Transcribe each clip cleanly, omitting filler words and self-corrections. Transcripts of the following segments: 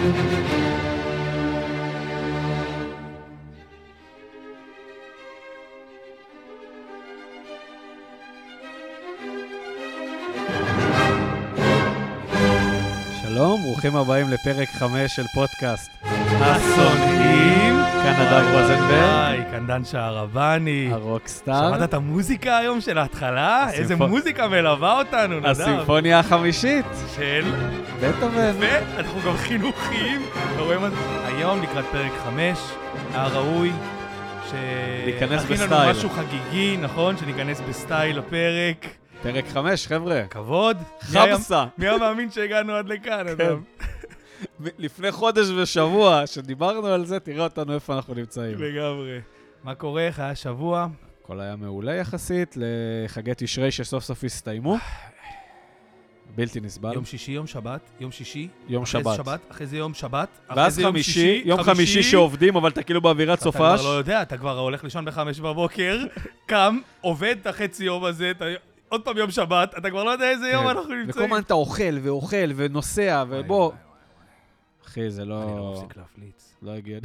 שלום, ברוכים הבאים לפרק 5 של פודקאסט השונאים. כאן נדב רוזנברג. היי, כאן דן שערבני. הרוקסטאר. שמעת את המוזיקה היום של ההתחלה? איזה מוזיקה מלווה אותנו, נדב. הסימפוניה החמישית. של בטהובן. ואנחנו גם חינוכיים. היום לקראת פרק 5, היה ראוי להיכנס להכין לנו בסטייל. משהו חגיגי, נכון? שניכנס בסטייל לפרק. פרק 5, חבר'ה. כבוד. חמסה. מי המאמין שהגענו עד לכאן, אדם? לפני חודש ושבוע שדיברנו על זה, תראה אותנו איפה אנחנו נמצאים. לגמרי. מה קורה? איך היה שבוע? הכל היה מעולה יחסית לחגי תשרי שסוף סוף הסתיימו. בלתי נסבל. יום שישי, יום שבת, יום שישי. יום שבת. אחרי זה יום שבת. ואז חמישי, יום חמישי שעובדים, אבל אתה כאילו באווירת סופש. אתה כבר לא יודע, אתה כבר הולך לישון ב5 בבוקר, קם, עובד את החצי יום הזה, עוד פעם יום שבת, אתה כבר לא יודע איזה יום אנחנו נמצאים. וכל מה אתה אוכל ונוסע, ובוא. אחי, זה לא... אני לא מפסיק להפליץ. לא הגיע.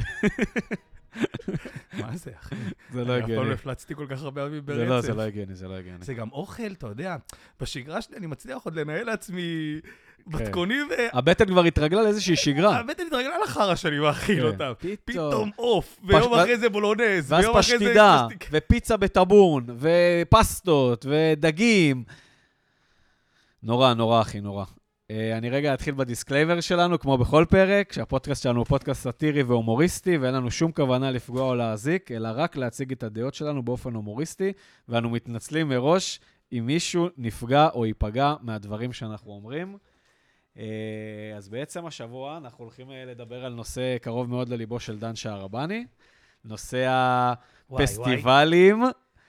מה זה, אחי? זה לא הגיע. אני אף פעם לא הפלצתי כל כך הרבה אביב ברצף. זה לא הגיע. זה גם אוכל, אתה יודע. בשגרה שלי אני מצליח עוד לנהל לעצמי מתכונים הבטן כבר התרגלה לאיזושהי שגרה. הבטן התרגלה לחרא שאני מאכיל אותם. פתאום עוף, ויום אחרי זה בולונז, ואז פשטידה, ופיצה בטבון, ופסטות, ודגים. נורא, אחי, נורא. אני רגע אתחיל בדיסקלייבר שלנו, כמו בכל פרק, שהפודקאסט שלנו הוא פודקאסט סאטירי והומוריסטי, ואין לנו שום כוונה לפגוע או להזיק, אלא רק להציג את הדעות שלנו באופן הומוריסטי, ואנו מתנצלים מראש אם מישהו נפגע או ייפגע מהדברים שאנחנו אומרים. אז בעצם השבוע אנחנו הולכים לדבר על נושא קרוב מאוד לליבו של דן שערבני, נושא הפסטיבלים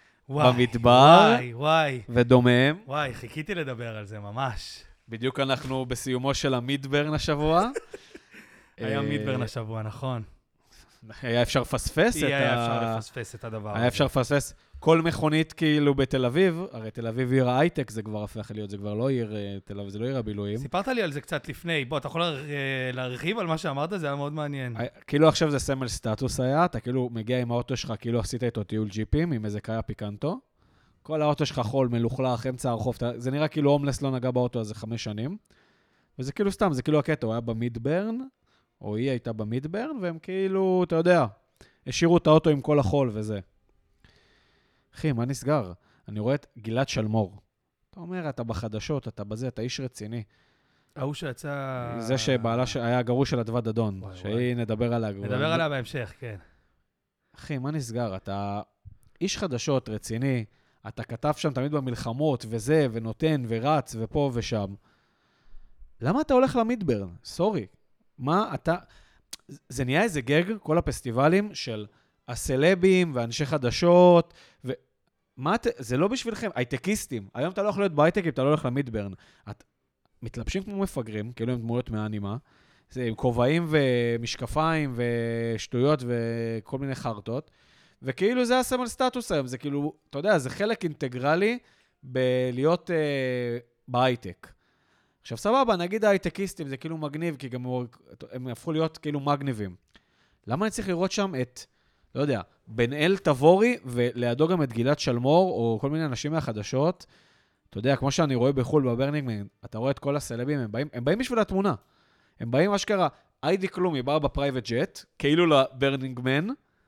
במדבר ודומיהם. וואי, חיכיתי לדבר על זה ממש. בדיוק אנחנו בסיומו של המידברן השבוע. היה מידברן השבוע, נכון. היה אפשר לפספס היה אפשר לפספס את הדבר הזה. היה אפשר לפספס כל מכונית כאילו בתל אביב, הרי תל אביב עיר ההייטק, זה כבר הפך להיות, זה כבר לא עיר תל אביב, זה לא עיר הבילויים. סיפרת לי על זה קצת לפני, בוא, אתה יכול להרחיב על מה שאמרת, זה היה מאוד מעניין. כאילו עכשיו זה סמל סטטוס היה, אתה כאילו מגיע עם האוטו שלך, כאילו עשית איתו טיול ג'יפים, עם איזה קאיה פיקנטו, כל האוטו שלך חול, מלוכלך, אמצע הרחוב, זה נראה כאילו הומלס לא נגע באוטו הזה 5 שנים, וזה כאילו סתם, זה כאילו הקטע, הוא היה במידברן, או היא הייתה במידברן, והם כאילו, אתה יודע, השאירו את האוטו עם כל החול וזה. אחי, מה נסגר? אני רואה את גלעד שלמור. אתה אומר, אתה בחדשות, אתה בזה, אתה איש רציני. ההוא שיצא... זה שבעלה היה הגרוש של אדוה דדון, שהיא נדבר עליה. נדבר עליה בהמשך, כן. אחי, מה נסגר? אתה איש חדשות, רציני, אתה כתב שם תמיד במלחמות, וזה, ונותן, ורץ, ופה ושם. למה אתה הולך למידברן? סורי. מה אתה... זה נהיה איזה גג, כל הפסטיבלים של הסלבים ואנשי חדשות, זה לא בשבילכם, הייטקיסטים. היום אתה לא יכול להיות בהייטק אם אתה לא הולך למידברן. את מתלבשים כמו מפגרים, כאילו הם דמויות מהאנימה, זה עם כובעים ומשקפיים ושטויות וכל מיני חרטות, וכאילו זה הסמל סטטוס היום, זה כאילו, אתה יודע, זה חלק אינטגרלי בלהיות בהייטק. עכשיו סבבה, נגיד ההייטקיסטים זה כאילו מגניב, כי גם הם הפכו להיות כאילו מגניבים. למה אני צריך לראות שם את, לא יודע, בן אל תבורי, ולידו גם את גלעד שלמור, או כל מיני אנשים מהחדשות, אתה יודע, כמו שאני רואה בחול בברנינגמן, אתה רואה את כל הסלבים, הם באים בשביל התמונה. הם באים אשכרה, איידי כלום, היא באה בפרייבט ג'ט, כאילו לברנינגמן,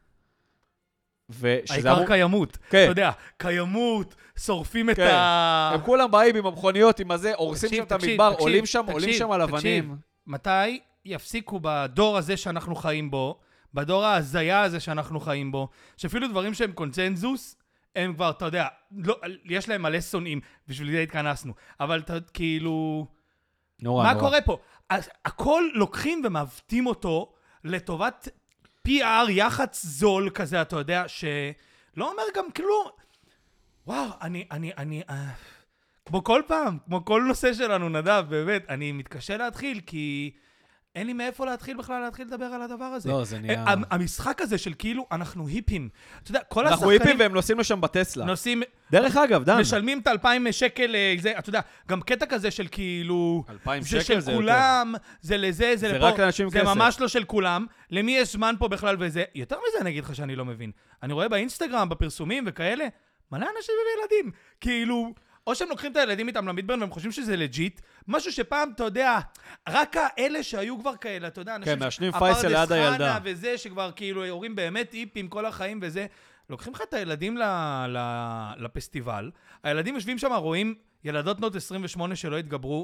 העיקר קיימות, אתה יודע, קיימות, שורפים את ה... הם כולם באים עם המכוניות, עם הזה, הורסים שם את המדבר, עולים שם על אבנים. מתי יפסיקו בדור הזה שאנחנו חיים בו, בדור ההזיה הזה שאנחנו חיים בו, שאפילו דברים שהם קונצנזוס, הם כבר, אתה יודע, יש להם מלא שונאים, בשביל זה התכנסנו, אבל כאילו... מה קורה פה? הכל לוקחים ומעוותים אותו לטובת... PR, יחץ זול כזה, אתה יודע, שלא אומר גם כלום. וואו, כמו כל פעם, כמו כל נושא שלנו, נדב, באמת, אני מתקשה להתחיל, כי אין לי מאיפה להתחיל לדבר על הדבר הזה. לא, זה נהיה... המשחק הזה של כאילו, אנחנו היפים. אתה יודע, כל אנחנו היפים והם נוסעים לשם בטסלה. נוסעים... דרך אגב, דן. משלמים את 2,000 שקל, זה, אתה יודע, גם קטע כזה של כאילו... 2,000 זה שקל של זה כולם, זה לזה, זה לפה. זה רק לאנשים זה כסף. ממש לא של כולם. למי יש זמן פה בכלל וזה? יותר מזה אני אגיד לך שאני לא מבין. אני רואה באינסטגרם, בפרסומים וכאלה, מלא אנשים וילדים. כאילו... או שהם לוקחים את הילדים איתם למידברן והם חושבים שזה לג'יט, משהו שפעם, אתה יודע, רק האלה שהיו כבר כאלה, אתה יודע, כן, מעשנים פייסל ליד הילדה. וזה שכבר כאילו הורים באמת היפים כל החיים וזה, לוקחים לך את הילדים לפסטיבל, הילדים יושבים שם, רואים ילדות בנות 28 שלא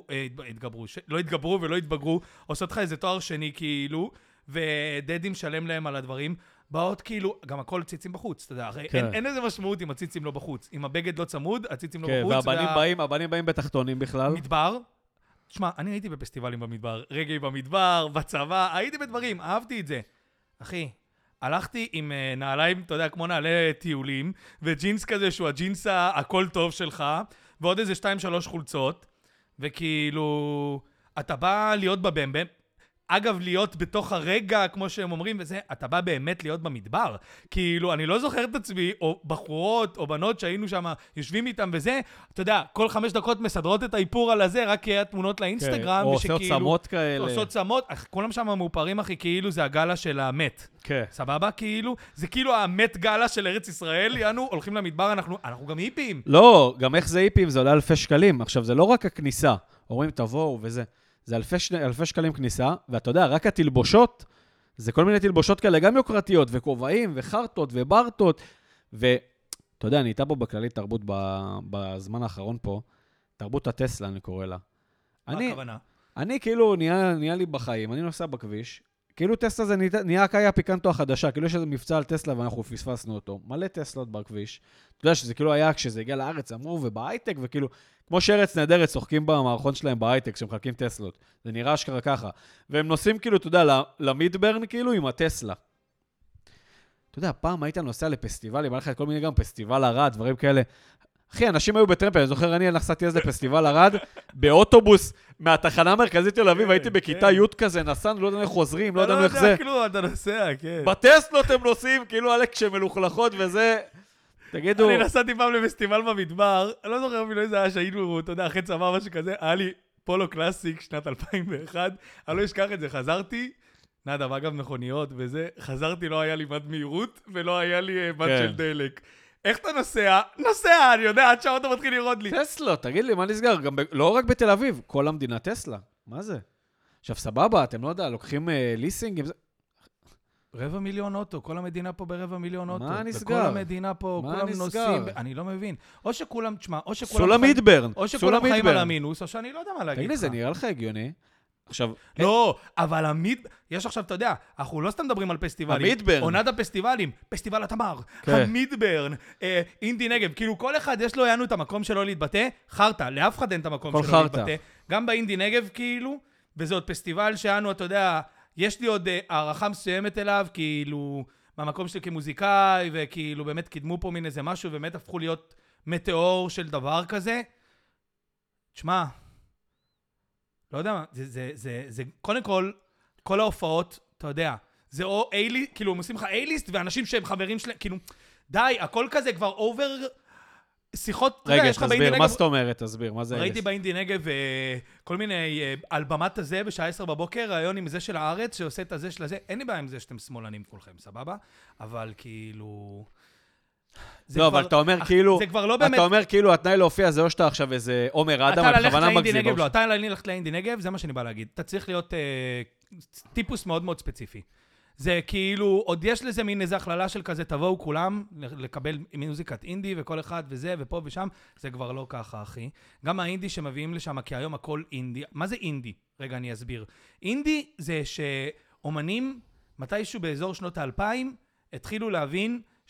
לא התגברו ולא התבגרו, עושות לך איזה תואר שני כאילו, ודדי משלם להם על הדברים, באות כאילו, גם הכל ציצים בחוץ, אתה יודע, אין איזה משמעות אם הציצים לא בחוץ. אם הבגד לא צמוד, הציצים לא בחוץ. כן, והבנים באים בתחתונים בכלל. מדבר. תשמע, אני הייתי בפסטיבלים במדבר, רגעי במדבר, בצבא, הייתי בדברים, אהבתי את זה. אחי, הלכתי עם נעליים, אתה יודע, כמו נעלי טיולים, וג'ינס כזה שהוא הג'ינס הכל טוב שלך, ועוד איזה 2-3 חולצות, וכאילו, אתה בא להיות בבמבם, אגב, להיות בתוך הרגע, כמו שהם אומרים, וזה, אתה בא באמת להיות במדבר. כאילו, אני לא זוכר את עצמי, או בחורות, או בנות שהיינו שם, יושבים איתם וזה, אתה יודע, כל 5 דקות מסדרות את האיפור על הזה, רק יהיה תמונות לאינסטגרם, או עושות צמות כאלה. עושות צמות, כולם שם מאופרים, אחי, כאילו זה הגלה של המת. כן. סבבה? כאילו, זה כאילו המת גלה של ארץ ישראל, יענו, הולכים למדבר, אנחנו גם היפים. לא, גם איך זה היפים, זה עולה אלפי שקלים. עכשיו, זה לא רק הכניסה, אומרים תבואו וזה. זה אלפי שקלים כניסה, ואתה יודע, רק התלבושות, זה כל מיני תלבושות כאלה, גם יוקרתיות, וכובעים, וחרטות, וברטות, ואתה יודע, אני איתה פה בכללית תרבות בזמן האחרון פה, תרבות הטסלה, אני קורא לה. מה הכוונה? אני כאילו, נהיה לי בחיים, אני נוסע בכביש, כאילו טסלה זה נהיה קאיה פיקנטו החדשה, כאילו יש איזה מבצע על טסלה ואנחנו פספסנו אותו, מלא טסלות בכביש. אתה יודע שזה כאילו היה כשזה הגיע לארץ, אמרו, ובהייטק, וכאילו, כמו שארץ נהדרת, צוחקים במערכון שלהם בהייטק, שמחלקים טסלות. זה נראה אשכרה ככה. והם נוסעים כאילו, אתה יודע, למידברן כאילו עם הטסלה. אתה יודע, פעם היית נוסע לפסטיבלים, היה לך כל מיני גם פסטיבל ערד, דברים כאלה. אחי, אנשים היו בטרמפ, אני זוכר, אני נסעתי אז לפסטיבל ערד, באוטובוס מהתחנה המרכזית תל אביב, הייתי בכיתה י' כזה, נסענו, לא יודע איך חוזרים, לא יודע איך זה. לא יודע כלום, אתה נוסע, כן. בטסלות הם נוסעים, כאילו עלק כשמלוכלכות וזה... תגידו... אני נסעתי פעם לפסטיבל במדבר, אני לא זוכר אפילו איזה היה שהיינו, אתה יודע, אחרי צבא, משהו כזה, היה לי פולו קלאסיק, שנת 2001, אני לא אשכח את זה, חזרתי, נדב, אגב מכוניות וזה, חזרתי, לא היה לי מד מהירות, ולא היה לי מד של דלק. איך אתה נוסע? נוסע, אני יודע, עד שהאוטו מתחיל לראות לי. טסלות, תגיד לי, מה נסגר? לא רק בתל אביב, כל המדינה טסלה. מה זה? עכשיו, סבבה, אתם לא יודע, לוקחים ליסינג עם זה... 250,000 אוטו, כל המדינה פה ב250,000 אוטו. מה נסגר? וכל המדינה פה, כולם נוסעים, אני לא מבין. או שכולם, תשמע, או שכולם חיים על המינוס, או שאני לא יודע מה להגיד לך. תגיד לי, זה נראה לך הגיוני? עכשיו... לא, אבל יש עכשיו, אתה יודע, אנחנו לא סתם מדברים על פסטיבלים. המידברן. עונת הפסטיבלים, פסטיבל התמר, המידברן, אינדי נגב, כאילו כל אחד יש לו יענו את המקום שלו להתבטא, חרטה, לאף אחד אין את המקום שלו להתבטא. גם באינדי נגב כאילו, וזה עוד פסטיבל שיענו, אתה יודע, יש לי עוד הערכה מסוימת אליו, כאילו, מהמקום שלי כמוזיקאי, וכאילו באמת קידמו פה מן איזה משהו, ובאמת הפכו להיות מטאור של דבר כזה. תשמע, לא יודע מה, זה קודם כל ההופעות, אתה יודע, זה או A-ליסט, כאילו הם עושים לך A-ליסט, ואנשים שהם חברים שלהם, כאילו, די, הכל כזה כבר אובר שיחות, רגע, תסביר, מה זאת אומרת? תסביר, מה זה A-ליסט? ראיתי באינדי נגב כל מיני, על במת הזה בשעה 10 בבוקר, רעיון עם זה של הארץ, שעושה את הזה של הזה, אין לי בעיה עם זה שאתם שמאלנים כולכם, סבבה? אבל כאילו... לא, אבל אתה אומר כאילו, אתה אומר כאילו, התנאי להופיע זה או שאתה עכשיו איזה עומר אדם, בכוונה מגזים. לא, אתה ללכת לאינדי נגב, זה מה שאני בא להגיד. אתה צריך להיות טיפוס מאוד מאוד ספציפי. זה כאילו, עוד יש לזה מין איזו הכללה של כזה, תבואו כולם לקבל מוזיקת אינדי וכל אחד וזה ופה ושם, זה כבר לא ככה, אחי. גם האינדי שמביאים לשם, כי היום הכל אינדי. מה זה אינדי? רגע, אני אסביר. אינדי זה שאומנים, מתישהו באזור שנות ה-2000, התחילו להבין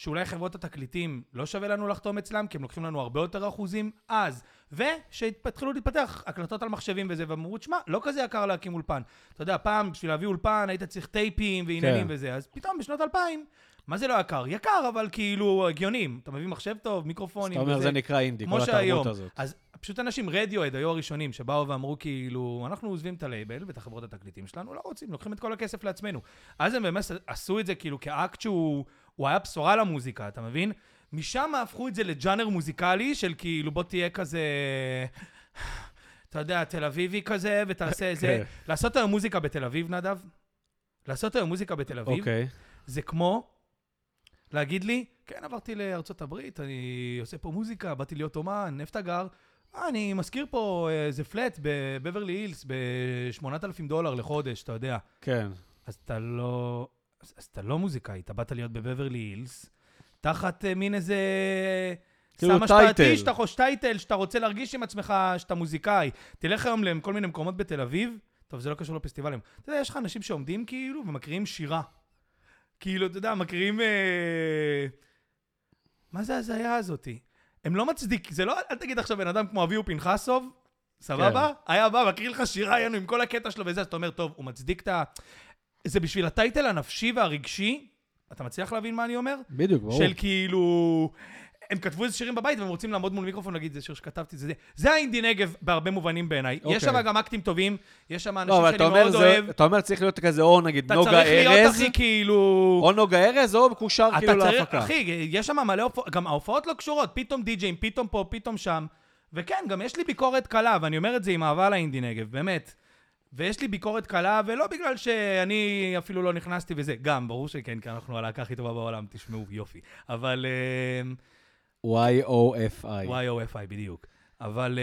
שאולי חברות התקליטים לא שווה לנו לחתום אצלם, כי הם לוקחים לנו הרבה יותר אחוזים אז, ושהתחילו להתפתח הקלטות על מחשבים וזה, ואמרו, תשמע, לא כזה יקר להקים אולפן. אתה יודע, פעם בשביל להביא אולפן היית צריך טייפים ועניינים וזה, אז פתאום בשנות 2000, מה זה לא יקר? יקר, אבל כאילו הגיונים. אתה מביא מחשב טוב, מיקרופונים אתה אומר, זה נקרא אינדי, כל התרבות הזאת. אז פשוט אנשים, רדיואד, היו הראשונים שבאו ואמרו כאילו, אנחנו עוזבים את הלייבל ואת החברות התקליטים שלנו, לא רוצים, לוקחים את כל הכסף לעצמנו. אז הם באמת עשו את זה כאילו כאקט שהוא היה בשורה למוזיקה, אתה מבין? משם הפכו את זה לג'אנר מוזיקלי של כאילו, בוא תהיה כזה, אתה יודע, תל אביבי כזה, ותעשה איזה... לעשות היום מוזיקה בתל אביב, נדב? לעשות היום מוזיקה בתל אביב, זה כמו להגיד לי, כן, עברתי לארצות הברית, אני עושה פה מוזיקה, באתי להיות אומן, איפה אתה גר? אני מזכיר פה איזה פלט בבברלי הילס, $8,000 לחודש, אתה יודע. כן. אז אתה לא מוזיקאי, אתה באת להיות בבברלי הילס, תחת מין איזה... כאילו טייטל. טייטל, שאתה רוצה להרגיש עם עצמך שאתה מוזיקאי. תלך היום לכל מיני מקומות בתל אביב, טוב, זה לא קשור לפסטיבלים. אתה יודע, יש לך אנשים שעומדים כאילו ומקריאים שירה. כאילו, אתה יודע, מקריאים... מה זה הזיה הזאתי? הם לא מצדיק, זה לא, אל תגיד עכשיו בן אדם כמו אביהו פנחסוב, סבבה? היה בא, מקריא לך שירה, היינו עם כל הקטע שלו וזה, אז אתה אומר, טוב, הוא מצדיק את ה... זה בשביל הטייטל הנפשי והרגשי, אתה מצליח להבין מה אני אומר? בדיוק, ברור. של כאילו... הם כתבו איזה שירים בבית, והם רוצים לעמוד מול מיקרופון, להגיד, זה שיר שכתבתי, זה האינדי נגב בהרבה מובנים בעיניי. יש שם גם אקטים טובים, יש שם אנשים שאני מאוד אוהב. אתה אומר, צריך להיות כזה, או נגיד נוגה ארז. אתה צריך להיות, אחי, כאילו... או נוגה ארז, או מקושר כאילו להפקה. אחי, יש שם מלא הופעות, גם ההופעות לא קשורות, פתאום די-ג'ים, פתאום פה, פתאום שם. וכן, גם יש לי ביקורת קלה, ואני אומר את זה עם אהבה לאינדי נגב, באמת. ויש לי ביקורת קלה, ולא בגלל שאני אפילו לא נכנסתי וזה. גם, ברור שכן, כי אנחנו הלהקה הכי טובה בעולם, תשמעו, יופי. אבל... Y-O-F-I. Y-O-F-I, בדיוק. אבל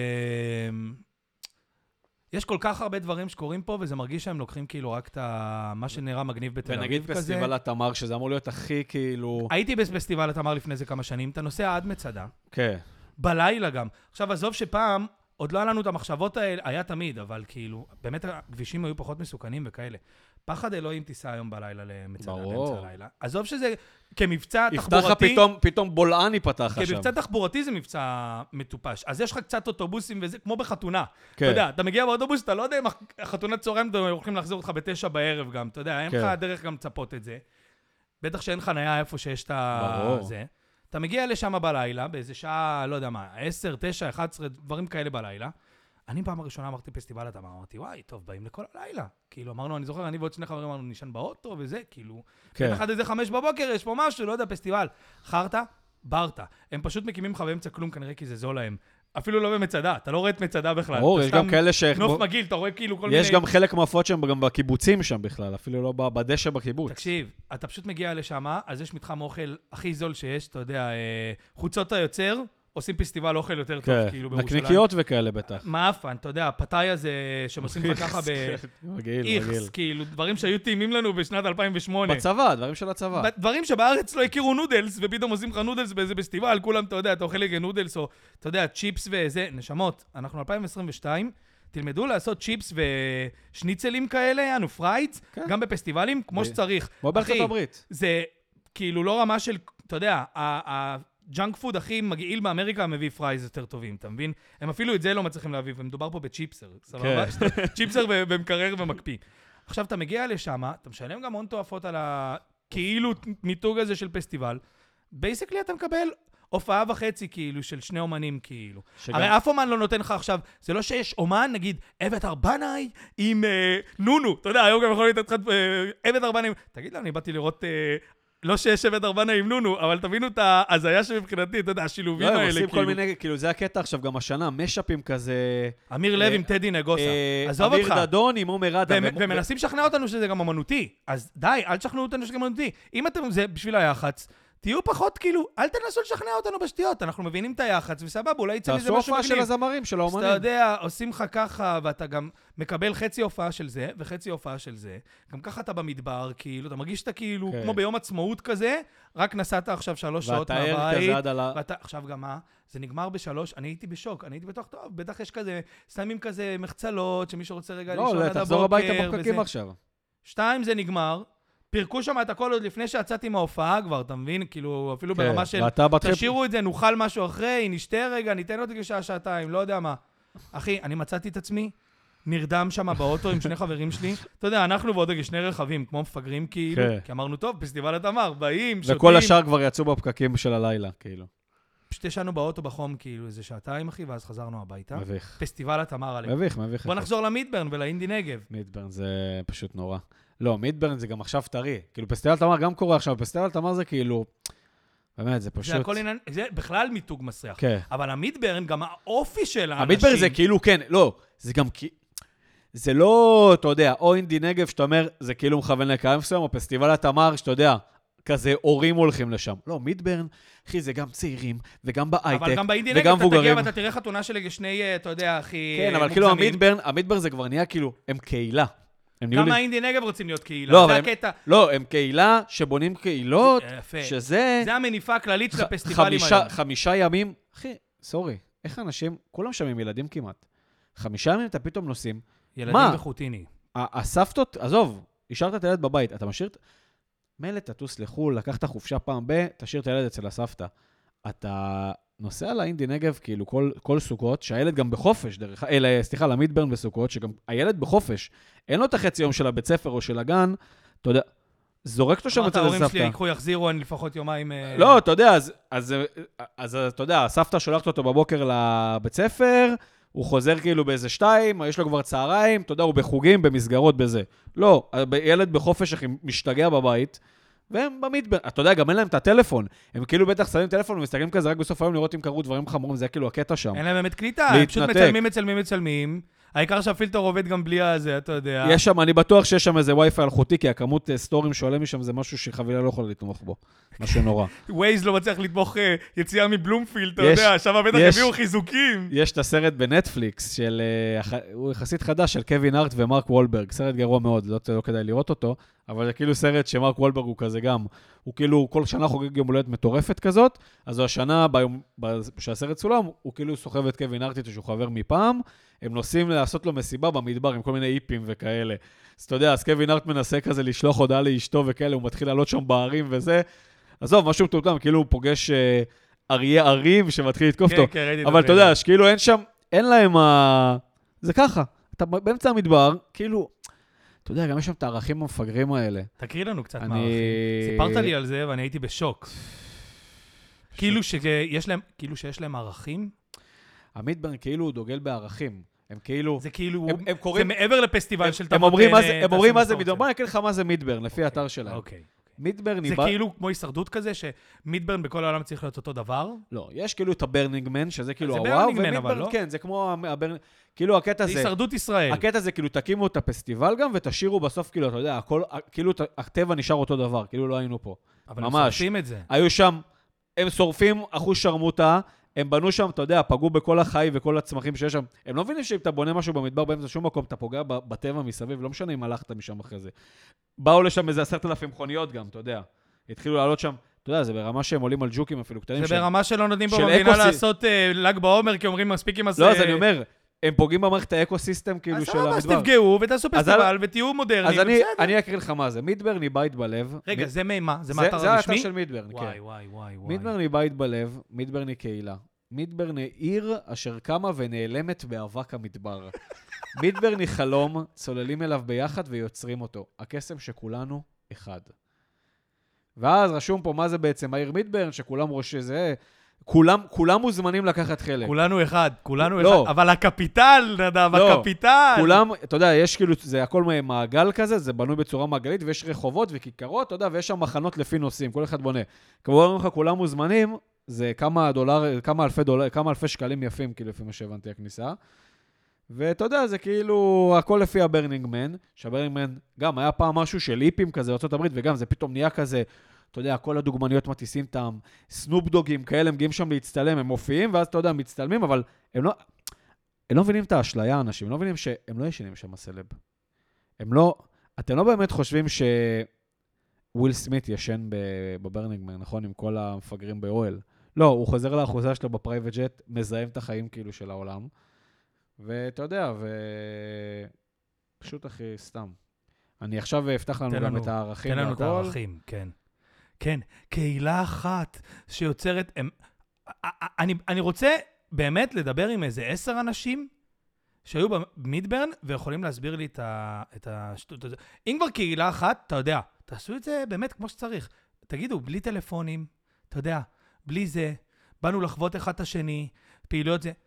יש כל כך הרבה דברים שקורים פה, וזה מרגיש שהם לוקחים כאילו רק את מה שנראה מגניב בתל אביב כזה. ונגיד פסטיבל התמר, שזה אמור להיות הכי כאילו... הייתי בפסטיבל התמר לפני זה כמה שנים, אתה נוסע עד מצדה. כן. בלילה גם. עכשיו, עזוב שפעם, עוד לא היה לנו את המחשבות האלה, היה תמיד, אבל כאילו, באמת הכבישים היו פחות מסוכנים וכאלה. פחד אלוהים תיסע היום בלילה למצדה באמצע הלילה. עזוב שזה כמבצע תחבורתי... יפתח פתאום בולען ייפתח עכשיו. כמבצע תחבורתי זה מבצע מטופש. אז יש לך קצת אוטובוסים וזה, כמו בחתונה. אתה יודע, אתה מגיע באוטובוס, אתה לא יודע אם החתונת צהריים, הם הולכים להחזיר אותך ב9 בערב גם. אתה יודע, אין לך דרך גם לצפות את זה. בטח שאין חניה איפה שיש את זה. אתה מגיע לשם בלילה, באיזה שעה, לא יודע מה, 10, 9, 11, דברים כאלה בלילה. אני פעם הראשונה אמרתי פסטיבל התמר, אמרתי, וואי, טוב, באים לכל הלילה. כאילו, אמרנו, אני זוכר, אני ועוד שני חברים אמרנו, נשען באוטו וזה, כאילו, בטח עד איזה 5 בבוקר, יש פה משהו, לא יודע, פסטיבל. חרטה, ברטה. הם פשוט מקימים לך באמצע כלום, כנראה כי זה זול להם. אפילו לא במצדה, אתה לא רואה את מצדה בכלל. יש גם כאלה נוף מגיל, אתה רואה כאילו כל מיני... יש גם חלק מההופעות שהם גם בקיבוצים שם בכלל, אפילו לא בדשא בקיבוץ. תקשיב, אתה פשוט מגיע לשם, אז יש מתחם אוכל הכי זול שיש, אתה יודע, חוצות היוצר, עושים פסטיבל אוכל יותר טוב, כאילו בירושלים. נקניקיות וכאלה בטח. מאפן, אתה יודע, הפתאי הזה שהם עושים לך ככה באיכס, כאילו, דברים שהיו טעימים לנו בשנת 2008. בצבא, דברים של הצבא. דברים שבארץ לא הכירו נודלס, ופתאום עושים לך נודלס באיזה פסטיבל, כולם, אתה יודע, אתה אוכל לגן נודלס, או, אתה יודע, צ'יפס וזה, נשמות. אנחנו 2022, תלמדו לעשות צ'יפס ושניצלים כאלה, יענו פריידס, גם בפסטיבלים, כמו שצריך. כמו בארצות הברית. זה כאילו לא רמה של, אתה יודע, ג'אנק פוד הכי מגעיל באמריקה מביא פרייז יותר טובים, אתה מבין? הם אפילו את זה לא מצליחים להביא, ומדובר פה בצ'יפסר, סבבה? צ'יפסר ומקרר ומקפיא. עכשיו אתה מגיע לשם, אתה משלם גם הון תועפות על הכאילו מיתוג הזה של פסטיבל, בייסיקלי אתה מקבל הופעה וחצי כאילו של שני אומנים כאילו. הרי אף אומן לא נותן לך עכשיו, זה לא שיש אומן, נגיד, אבטר בנאי עם נונו, אתה יודע, היום גם יכול להיות אבטר בנאי, תגיד לה, אני באתי לראות... לא שיש אבטר בנאי עם נונו, אבל תבינו את ההזיה שמבחינתי, אתה יודע, השילובים האלה, כאילו. כל מיני, כאילו, זה הקטע עכשיו גם השנה, משאפים כזה... אמיר לב עם טדי נגוסה. עזוב אותך. אמיר דדון עם עומר אדם. ומנסים לשכנע אותנו שזה גם אמנותי. אז די, אל תשכנעו אותנו שזה גם אמנותי. אם אתם, זה בשביל היח"צ, תהיו פחות כאילו, אל תנסו לשכנע אותנו בשטויות, אנחנו מבינים את היח"צ, וסבבה, אולי יצא מזה משהו מגניב. תעשו הופעה של הזמרים, של האומנים. אתה יודע, עושים לך ככה, ואתה גם מקבל חצי הופעה של זה, וחצי הופעה של זה. גם ככה אתה במדבר, כאילו, אתה מרגיש שאתה כאילו, כמו ביום עצמאות כזה, רק נסעת עכשיו 3 שעות מהבית. ואתה, עכשיו גם מה? זה נגמר ב3, אני הייתי בשוק, אני הייתי בטוח, טוב, בטח יש כזה, שמים כזה מחצלות, שמישהו רוצה רגע לישון עד הבוקר. לא, תחזור הביתה בפקקים עכשיו. 2 זה נגמר, פירקו שם את הכל עוד לפני שיצאתי מההופעה כבר, אתה מבין? כאילו, אפילו כן, ברמה של, תשאירו את זה, נאכל משהו אחרי, נשתה רגע, ניתן עוד שעה, שעתיים, לא יודע מה. אחי, אני מצאתי את עצמי, נרדם שם באוטו עם שני חברים שלי. אתה יודע, אנחנו ועוד שני רכבים, כמו מפגרים כאילו, כי אמרנו, טוב, פסטיבל התמר, באים, שותים. וכל השאר כבר יצאו בפקקים של הלילה, כאילו. פשוט ישנו באוטו בחום, כאילו, איזה שעתיים, אחי, ואז חזרנו הביתה. מביך. פסטיבל התמר עליהם. מביך. בוא נחזור למידברן ולאינדי נגב. מידברן זה פשוט נורא. לא, מידברן זה גם עכשיו טרי. כאילו, פסטיבל תמר גם קורה עכשיו. פסטיבל תמר זה כאילו... באמת, זה פשוט... זה הכל עניין... זה בכלל מיתוג מסריח. כן. אבל המידברן, גם האופי של האנשים... המידברן זה כאילו, כן, לא. זה גם זה לא, אתה יודע, או אינדי נגב, שאתה אומר, זה כאילו מכוון לקהל מסוים, או פסטיבל התמר, שאתה יודע, כזה הורים הולכים לשם. לא, מידברן, אחי, זה גם צעירים, וגם בהייטק, אבל גם באינדי וגם נגב אתה תגיע מבוגרים. ואתה תראה חתונה של שני, אתה יודע, הכי כן, אבל כאילו המידברן זה כבר נהיה כאילו, הם קהילה. גם האינדי נגב רוצים להיות קהילה, לא, זה הקטע. לא, הם קהילה שבונים קהילות, שזה... זה המניפה הכללית של הפסטיבלים היום. 5 ימים, אחי, סורי, איך אנשים, כולם שם עם ילדים כמעט. 5 ימים אתה פתאום נוסעים. ילדים וחוטיני. הסבתות, עזוב, השארת את הילד בבית, אתה משאיר... מילא תטוס לחול, לקחת חופשה פעם תשאיר את הילד אצל הסבתא. אתה נוסע לאינדי נגב, כאילו כל סוכות, שהילד גם בחופש, סליחה, למידברן בסוכות, שגם הילד בחופש, אין לו את החצי יום של הבית ספר או של הגן, אתה יודע, זורק אותו שם אצל הסבתא. ההורים שלי יקחו, יחזירו, אני לפחות יומיים... לא, אתה יודע, אז אתה יודע, הסבתא שולחת אותו בבוקר לבית ספר, הוא חוזר כאילו באיזה 2, יש לו כבר צהריים, אתה יודע, הוא בחוגים, במסגרות בזה. לא, ילד בחופש משתגע בבית, והם במידברן, אתה יודע, גם אין להם את הטלפון. הם כאילו בטח שמים טלפון ומסתכלים כזה רק בסוף היום לראות אם קרו דברים חמורים, זה כאילו הקטע שם. אין להם באמת קליטה, הם פשוט מצלמים. העיקר שהפילטר עובד גם בלי הזה, אתה יודע. יש שם, אני בטוח שיש שם איזה וי-פיי אלחוטי, כי הכמות סטורים שעולה משם זה משהו שחבילה לא יכולה לתמוך בו. משהו נורא. ווייז לא מצליח לתמוך יציאה מבלומפילד, אתה יודע, שם בטח הביאו חיזוקים. יש את הסרט בנטפליקס, הוא יחסית חדש, של קווין הארט ומרק וולברג, סרט גרוע מאוד, לא כדאי לראות אותו, אבל זה כאילו סרט שמרק וולברג הוא כזה גם, הוא כאילו כל שנה חוגג יום הולדת מטורפת כזאת, אז השנה, שהסרט צולם, הוא כאילו סוחב את קווין הארט שהוא חבר מפעם, הם נוסעים לעשות לו מסיבה במדבר עם כל מיני איפים וכאלה. אז אתה יודע, אז קווין הארט מנסה כזה לשלוח הודעה לאשתו וכאלה, הוא מתחיל לעלות שם בערים וזה. עזוב, משהו מטומטם, כאילו הוא פוגש אריה ערים שמתחיל לתקוף אותו. אבל אתה יודע, שכאילו אין שם, אין להם זה ככה, אתה באמצע המדבר, כאילו, אתה יודע, גם יש שם את הערכים המפגרים האלה. תקריא לנו קצת מערכים. סיפרת לי על זה ואני הייתי בשוק. כאילו שיש להם ערכים? המידברן כאילו הוא דוגל בערכים. הם כאילו... זה כאילו... זה מעבר לפסטיבל של תמות... הם אומרים מה זה מידברן. בוא נקריא לך מה זה מידברן, לפי האתר שלהם. אוקיי. מידברן... זה כאילו כמו הישרדות כזה, שמידברן בכל העולם צריך להיות אותו דבר? לא, יש כאילו את הברנינגמן, שזה כאילו הוואו, ומידברן, אבל לא? כן, זה כמו הברנינגמן... כאילו הקטע זה... זה הישרדות ישראל. הקטע זה כאילו תקימו את הפסטיבל גם, ותשאירו בסוף כאילו, אתה יודע, הכל, כאילו הטבע נשאר אותו דבר, כאילו לא היינו פה. אבל הם שורפים את זה. היו שם, הם שורפים אחוז שרמוטה, הם בנו שם, אתה יודע, פגעו בכל החי וכל הצמחים שיש שם. הם לא מבינים שאם אתה בונה משהו במדבר באמצע שום מקום, אתה פוגע בטבע מסביב, לא משנה אם הלכת משם אחרי זה. באו לשם איזה 10,000 מכוניות גם, אתה יודע. התחילו לעלות שם, אתה יודע, זה ברמה שהם עולים על ג'וקים אפילו קטנים. זה ברמה שלא נותנים פה במדינה לעשות לג בעומר, כי אומרים מספיק עם... לא, אז אני אומר, הם פוגעים במערכת האקוסיסטם כאילו של המדבר. אז תפגעו ותעשו פסטיבל ותהיו מודרניים. אז אני אקריא לך מה זה. מידברן היא בית בלב. רגע, זה מה? זה מאתר הרשמי? זה האתר רשמי? של מידברן, כן. וואי. מידברן היא בית בלב, מידברן היא קהילה. מידברן היא עיר אשר קמה ונעלמת באבק המדבר. מידברן היא חלום, צוללים אליו ביחד ויוצרים אותו. הקסם שכולנו אחד. ואז רשום פה מה זה בעצם העיר מידברן, שכולם ראש זה... כולם מוזמנים לקחת חלק. כולנו אחד, אבל הקפיטל, נדב, הקפיטל. כולם, אתה יודע, יש כאילו, זה הכל מעגל כזה, זה בנוי בצורה מעגלית, ויש רחובות וכיכרות, אתה יודע, ויש שם מחנות לפי נושאים, כל אחד בונה. כמו אומרים לך, כולם מוזמנים, זה כמה אלפי שקלים יפים, כאילו, לפי מה שהבנתי הכניסה. ואתה יודע, זה כאילו, הכל לפי הברנינגמן, שהברנינגמן גם היה פעם משהו של היפים כזה, ארצות הברית, וגם זה פתאום נהיה כזה, אתה יודע, כל הדוגמניות מטיסים טעם, סנופדוגים כאלה, הם מגיעים שם להצטלם, הם מופיעים, ואז אתה יודע, מצטלמים, אבל הם לא מבינים את האשליה, אנשים, הם לא מבינים שהם לא ישנים שם הסלב. אתם לא באמת חושבים שוויל סמית ישן בברנינגמן, נכון? עם כל המפגרים באוהל. לא, הוא חוזר לאחוזה שלו בפרייבט ג'ט, מזהם את החיים כאילו של העולם, ואתה יודע, פשוט הכי סתם. אני עכשיו אפתח לנו גם את הערכים והכל. תן לנו את והכל. הערכים, כן. כן, קהילה אחת שיוצרת... אני רוצה באמת לדבר עם איזה 10 אנשים שהיו במידברן ויכולים להסביר לי את השטות הזה. אם כבר קהילה אחת, אתה יודע, תעשו את זה באמת כמו שצריך. תגידו, בלי טלפונים, אתה יודע, בלי זה, באנו לחוות אחד את השני, פעילויות זה.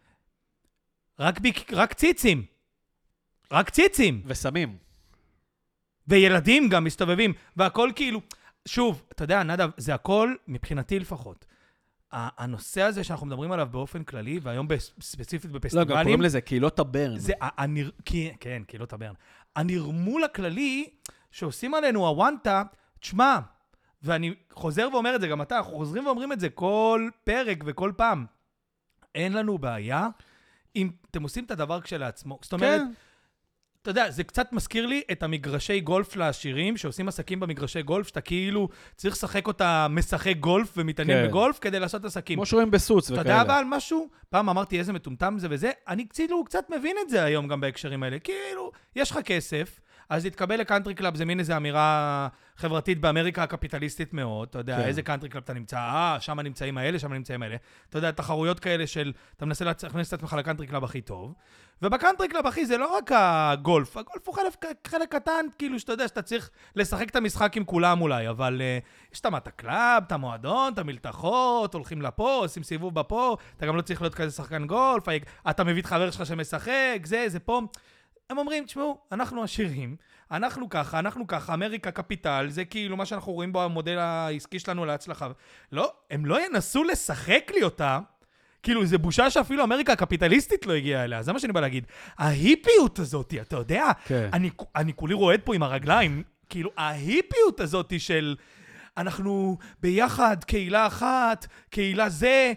רק ציצים. רק ציצים. וסמים. וילדים גם מסתובבים, והכל כאילו... שוב, אתה יודע, נדב, זה הכל, מבחינתי לפחות. הנושא הזה שאנחנו מדברים עליו באופן כללי, והיום ספציפית בפסטיבלים... לא, גם קוראים לזה קהילות הברן. כן, קהילות הברן. הנרמול הכללי שעושים עלינו הוואנטה, תשמע, ואני חוזר ואומר את זה, גם אתה, אנחנו חוזרים ואומרים את זה כל פרק וכל פעם. אין לנו בעיה אם אתם עושים את הדבר כשלעצמו. זאת אומרת, אתה יודע, זה קצת מזכיר לי את המגרשי גולף לעשירים, שעושים עסקים במגרשי גולף, שאתה כאילו צריך לשחק אותה משחק גולף ומתעניין בגולף כדי לעשות עסקים. כמו שרואים בסוץ וכאלה. אתה יודע אבל משהו? פעם אמרתי איזה מטומטם זה וזה, אני קצת מבין את זה היום גם בהקשרים האלה. כאילו, יש לך כסף, אז להתקבל לקאנטרי קלאב זה מין איזו אמירה חברתית באמריקה הקפיטליסטית מאוד. אתה יודע, איזה קאנטרי קלאב אתה נמצא? שם נמצאים האלה, שם נמצאים האלה. אתה יודע, תחרויות כאלה של, אתה מנסה להכניס את עצמך לקאנטרי קלאב הכי טוב. ובקאנטרי קלאב, אחי, זה לא רק הגולף. הגולף הוא חלק קטן, כאילו, שאתה יודע, שאתה צריך לשחק את המשחק עם כולם אולי, אבל יש את המטה-קלאב, את המועדון, את המלתחות, הולכים לפה, עושים סיבוב בפה, אתה גם לא צריך להיות כזה שחקן גולף, אתה מביא את חבר שלך שמשחק, זה פה. הם אומרים, תשמעו, אנחנו עשירים, אנחנו ככה, אמריקה קפיטל, זה כאילו מה שאנחנו רואים בו, המודל העסקי שלנו להצלחה. לא, הם לא ינסו לשחק לי אותה, כאילו, זה בושה שאפילו אמריקה הקפיטליסטית לא הגיעה אליה, זה מה שאני בא להגיד. ההיפיות הזאת, אתה יודע, אני כולי רועד פה עם הרגליים, כאילו, ההיפיות הזאת של אנחנו ביחד, קהילה אחת, קהילה זה,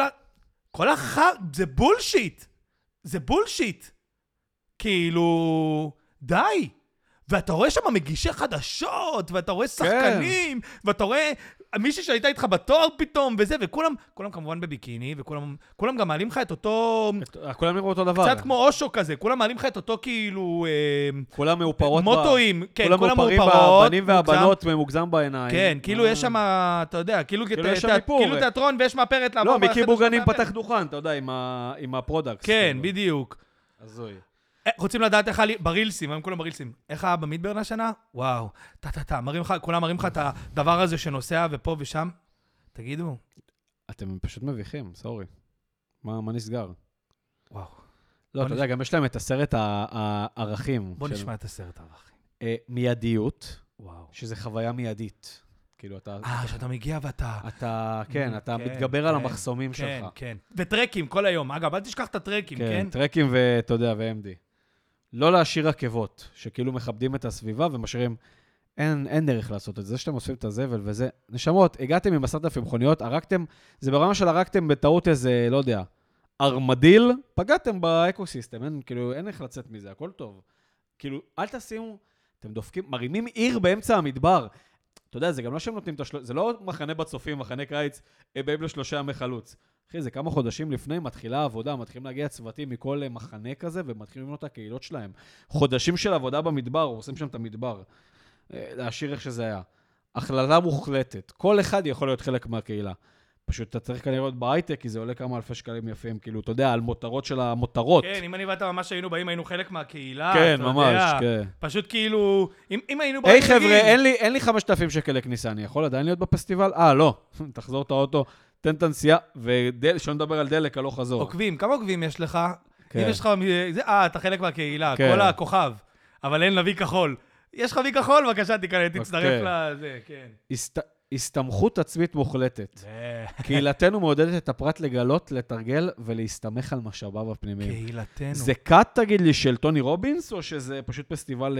זה בולשיט. זה בולשיט. כאילו, די. ואתה רואה שם מגישי חדשות, ואתה רואה שחקנים, ואתה רואה מישהי שהייתה איתך בתואר פתאום, וזה, וכולם כמובן בביקיני, וכולם גם מעלים לך את אותו... כולם נראו אותו דבר. קצת כמו אושו כזה, כולם מעלים לך את אותו כאילו... כולם מאופרות... מוטואים, כן, כולם מאופרים בבנים והבנות, ממוגזם בעיניים. כן, כאילו יש שם, אתה יודע, כאילו תיאטרון ויש מאפרת לעבור... לא, מיקי בוגנים פתח דוכן, אתה יודע, עם הפרודקס. כן, בדיוק. הזוי. רוצים לדעת איך ברילסים, הם כולם ברילסים. איך היה במידברן השנה? וואו, כולם מראים לך את הדבר הזה שנוסע ופה ושם. תגידו. אתם פשוט מביכים, סורי. מה נסגר? וואו. לא, אתה יודע, גם יש להם את הסרט הערכים. בוא נשמע את הסרט הערכים. מיידיות. וואו. שזה חוויה מיידית. כאילו אתה... שאתה מגיע ואתה... כן, אתה מתגבר על המחסומים שלך. כן, כן. וטרקים כל היום. אגב, אל תשכח את הטרקים, כן? כן, טרקים ואתה יודע, ו-MD. לא להשאיר רכבות, שכאילו מכבדים את הסביבה ומשאירים, אין דרך לעשות את זה, שאתם עושים את הזבל וזה. נשמות, הגעתם עם 10,000 מכוניות, הרגתם, זה ברמה של הרגתם בטעות איזה, לא יודע, ארמדיל, פגעתם באקוסיסטם, כאילו, אין איך לצאת מזה, הכל טוב. כאילו, אל תשימו, אתם דופקים, מרימים עיר באמצע המדבר. אתה יודע, זה גם לא שהם נותנים את זה לא מחנה בצופים, מחנה קיץ, באים ל3 ימי חלוץ. אחי, זה כמה חודשים לפני, מתחילה העבודה, מתחילים להגיע צוותים מכל מחנה כזה, ומתחילים לבנות את הקהילות שלהם. חודשים של עבודה במדבר, עושים שם את המדבר. להשאיר איך שזה היה. הכללה מוחלטת. כל אחד יכול להיות חלק מהקהילה. פשוט אתה צריך כנראה להיות בהייטק, כי זה עולה כמה אלפי שקלים יפים, כאילו, אתה יודע, על מותרות של המותרות. כן, אם אני ואתה ממש היינו באים, היינו חלק מהקהילה. כן, ממש, כן. פשוט כאילו, אם היינו באים... היי חבר'ה, אין לי 5,000 שקל לכניסה, אני יכול עדיין להיות בפסטיבל? לא. תחזור את האוטו, תן את הנסיעה, ושאני נדבר על דלק, הלא חזור. עוקבים, כמה עוקבים יש לך? אם יש לך... אתה חלק מהקהילה, כל הכוכב, אבל אין לוי כחול. יש לך וי כחול, בבקשה, תצטרף לזה, כן. הסתמכות עצמית מוחלטת. קהילתנו מעודדת את הפרט לגלות, לתרגל ולהסתמך על משאביו הפנימיים. קהילתנו. זה קאט, תגיד לי, של טוני רובינס, או שזה פשוט פסטיבל,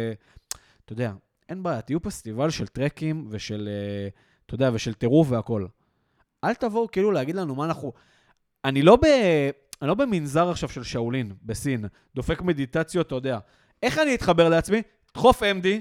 אתה יודע, אין בעיה, תהיו פסטיבל של טרקים ושל, אתה יודע, ושל טירוף והכל. אל תבואו כאילו להגיד לנו מה אנחנו... אני לא במנזר עכשיו של שאולין, בסין, דופק מדיטציות, אתה יודע. איך אני אתחבר לעצמי? תחוף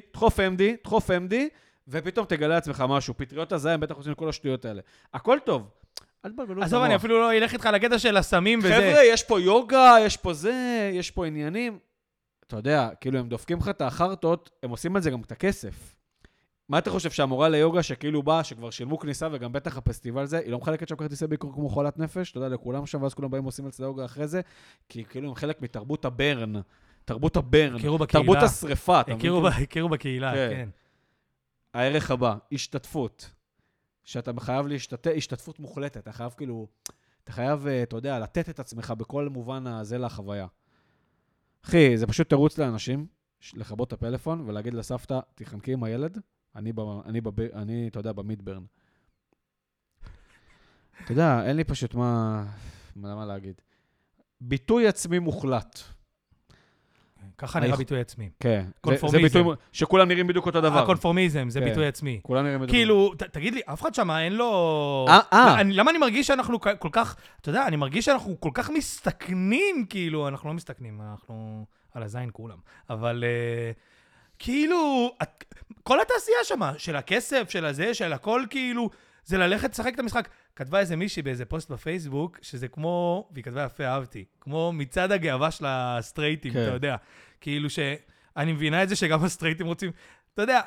MD, ופתאום תגלה לעצמך משהו. פטריות הזיים, בטח עושים כל השטויות האלה. הכל טוב. אל תבלבלו את עזוב, אני אפילו לא אלך איתך לקטע של הסמים וזה. חבר'ה, יש פה יוגה, יש פה זה, יש פה עניינים. אתה יודע, כאילו הם דופקים לך את האחרטות, הם עושים על זה גם את הכסף. מה אתה חושב שהמורה ליוגה שכאילו באה, שכבר שילמו כניסה וגם בטח הפסטיבל זה, היא לא מחלקת שם כרטיסי ביקור כמו חולת נפש, אתה יודע, לכולם שם, ואז כולם באים עושים על זה יוגה אחרי זה, כי כאילו הם חלק מתרבות הברן, תרבות תרבות השריפה. הכירו בקהילה, כן. הערך הבא, השתתפות. שאתה חייב השתתפות מוחלטת, אתה חייב כאילו, אתה חייב, אתה יודע, לתת את עצמך בכל מובן הזה לחוויה. אחי, זה פשוט תירוץ לאנשים, לכבות את הפלאפון ולהגיד לסבתא, תחנקי עם הילד, אני, אתה יודע, במידברן. אתה יודע, אין לי פשוט מה להגיד. ביטוי עצמי מוחלט. ככה נראה ביטוי עצמי. כן. קונפורמיזם. זה ביטוי שכולם נראים בדיוק אותו דבר. הקונפורמיזם, זה ביטוי עצמי. כולם נראים בדיוק. כאילו, תגיד לי, אף אחד שמה אין לו... למה אני מרגיש שאנחנו כל כך, אתה יודע, אני מרגיש שאנחנו כל כך מסתכנים, כאילו, אנחנו לא מסתכנים, אנחנו על הזין כולם. אבל כאילו, כל התעשייה שמה, של הכסף, של הזה, של הכל, כאילו, זה ללכת לשחק את המשחק. כתבה איזה מישהי באיזה פוסט בפייסבוק, שזה כמו, והיא כתבה יפה, אהבתי, כמו מצד הגאווה של הסטרייטים, אתה יודע. כאילו שאני מבינה את זה שגם הסטרייטים רוצים, אתה יודע,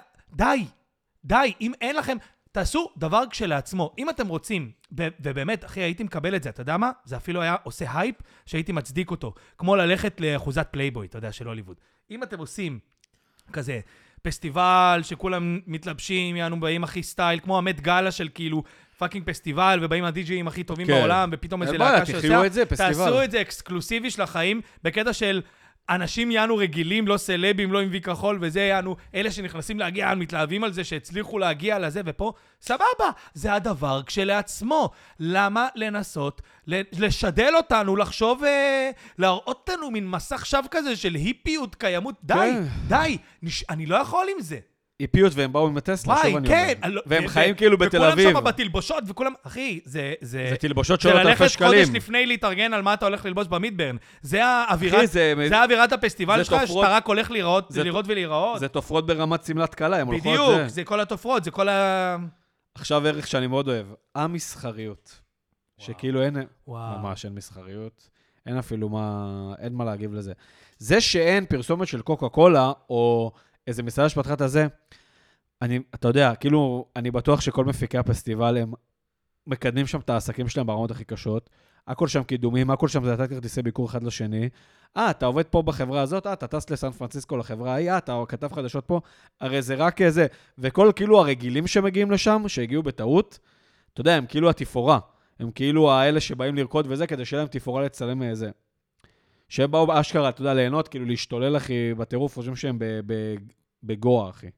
די, אם אין לכם, תעשו דבר כשלעצמו. אם אתם רוצים, ובאמת, אחי, הייתי מקבל את זה, אתה יודע מה? זה אפילו היה עושה הייפ שהייתי מצדיק אותו. כמו ללכת לאחוזת פלייבוי, אתה יודע, של הוליווד. אם אתם עושים כזה פסטיבל שכולם מתלבשים, יענו באים הכי סטייל, כמו המט גאלה של כאילו פאקינג פסטיבל, ובאים הדי-ג'יים הכי טובים בעולם, ופתאום איזה להקה שעושה, תעשו את זה אקסקלוסיבי של החיים, בקטע של אנשים יענו רגילים, לא סלבים, לא עם וי כחול, וזה יענו, אלה שנכנסים להגיע, מתלהבים על זה, שהצליחו להגיע לזה, ופה, סבבה, זה הדבר כשלעצמו. למה לנסות לשדל אותנו, לחשוב, להראות לנו מין מסך שווא כזה של היפיות, קיימות? די, אני לא יכול עם זה. היפיות, והם באו עם הטסלה, וואי, כן. והם חיים כאילו בתל אביב. וכולם שם בתלבושות, וכולם, אחי, זה תלבושות שעולות אלפי שקלים. זה ללכת חודש לפני להתארגן על מה אתה הולך ללבוש במידברן. זה האווירת הפסטיבל שלך, שאתה רק הולך לראות ולהיראות. זה תופרות ברמת סמלת קלה, הם הולכות זה. בדיוק, זה כל התופרות, זה כל ה... עכשיו ערך שאני מאוד אוהב, המסחריות. שכאילו ממש אין מסחריות. אין אפילו אין מה להגיב לזה. זה שאין פרסומת של קוקה קולה, או איזה מסעדה שפתחה את הזה, אתה יודע, כאילו, אני בטוח שכל מפיקי הפסטיבל הם מקדמים שם את העסקים שלהם ברמות הכי קשות, הכל שם קידומים, הכל שם זה לתת כרטיסי ביקור אחד לשני, אתה עובד פה בחברה הזאת, אתה טס לסן פרנסיסקו לחברה ההיא, אתה כתב חדשות פה, הרי זה רק איזה, וכל כאילו הרגילים שמגיעים לשם, שהגיעו בטעות, אתה יודע, הם כאילו התפאורה, הם כאילו האלה שבאים לרקוד וזה, כדי שיהיה להם תפאורה לצלם מאיזה. שהם באו באשכרה, אתה יודע, ליהנות, כאילו להשתולל, אחי, בטירוף, חושבים שהם בגואה, אחי.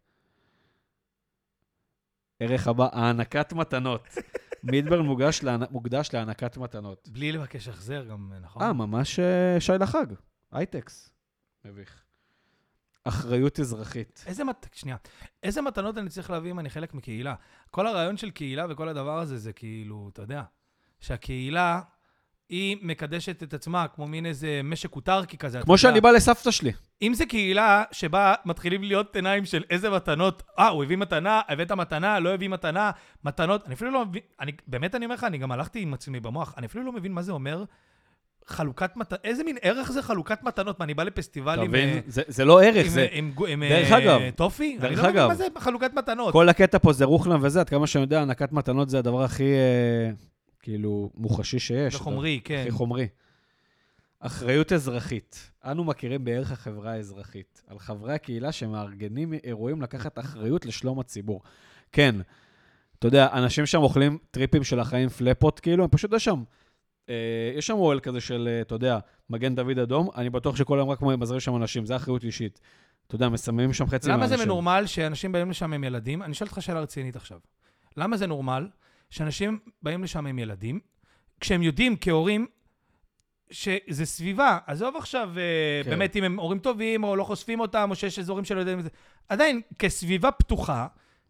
ערך הבא, הענקת מתנות. מידברן מוקדש להענקת מתנות. בלי לבקש החזר גם, נכון? ממש שי לחג. הייטקס. מביך. אחריות אזרחית. איזה מתנות אני צריך להביא אם אני חלק מקהילה? כל הרעיון של קהילה וכל הדבר הזה, זה כאילו, אתה יודע, שהקהילה היא מקדשת את עצמה כמו מין איזה משק אוטרקי כזה. כמו שאני בא לסבתא שלי. אם זה קהילה שבה מתחילים להיות עיניים של איזה מתנות, הוא הביא מתנה, הבאת מתנה, לא הביא מתנה, מתנות, אני אפילו לא מבין, באמת אני אומר לך, אני גם הלכתי עם עצמי במוח, אני אפילו לא מבין מה זה אומר, חלוקת מתנות, איזה מין ערך זה חלוקת מתנות, מה אני בא לפסטיבל עם... זה לא ערך, זה... דרך אגב. טופי? אני לא מבין מה זה חלוקת מתנות. כל הקטע פה זה רוחלם וזה, עד כמה שאני יודע, הענקת מתנות זה הדבר הכי... כאילו, מוחשי שיש. וחומרי, כן. הכי חומרי. אחריות אזרחית. אנו מכירים בערך החברה האזרחית. על חברי הקהילה שמארגנים אירועים לקחת אחריות לשלום הציבור. כן, אתה יודע, אנשים שם אוכלים טריפים של החיים פלפות, כאילו, הם פשוט יש שם אוהל כזה של, אתה יודע, מגן דוד אדום, אני בטוח שכל היום רק מזרים שם אנשים, זה אחריות אישית. אתה יודע, מסממים שם חצי מהאנשים. למה זה מנורמל שאנשים באים לשם עם ילדים? אני שואל אותך שאלה רצינית עכשיו. למה זה נורמל שאנשים באים לשם עם ילדים, כשהם יודעים כהורים שזה סביבה, עזוב עכשיו באמת אם הם הורים טובים או לא חושפים אותם, או שיש אזורים שלא יודעים את זה, עדיין כסביבה פתוחה,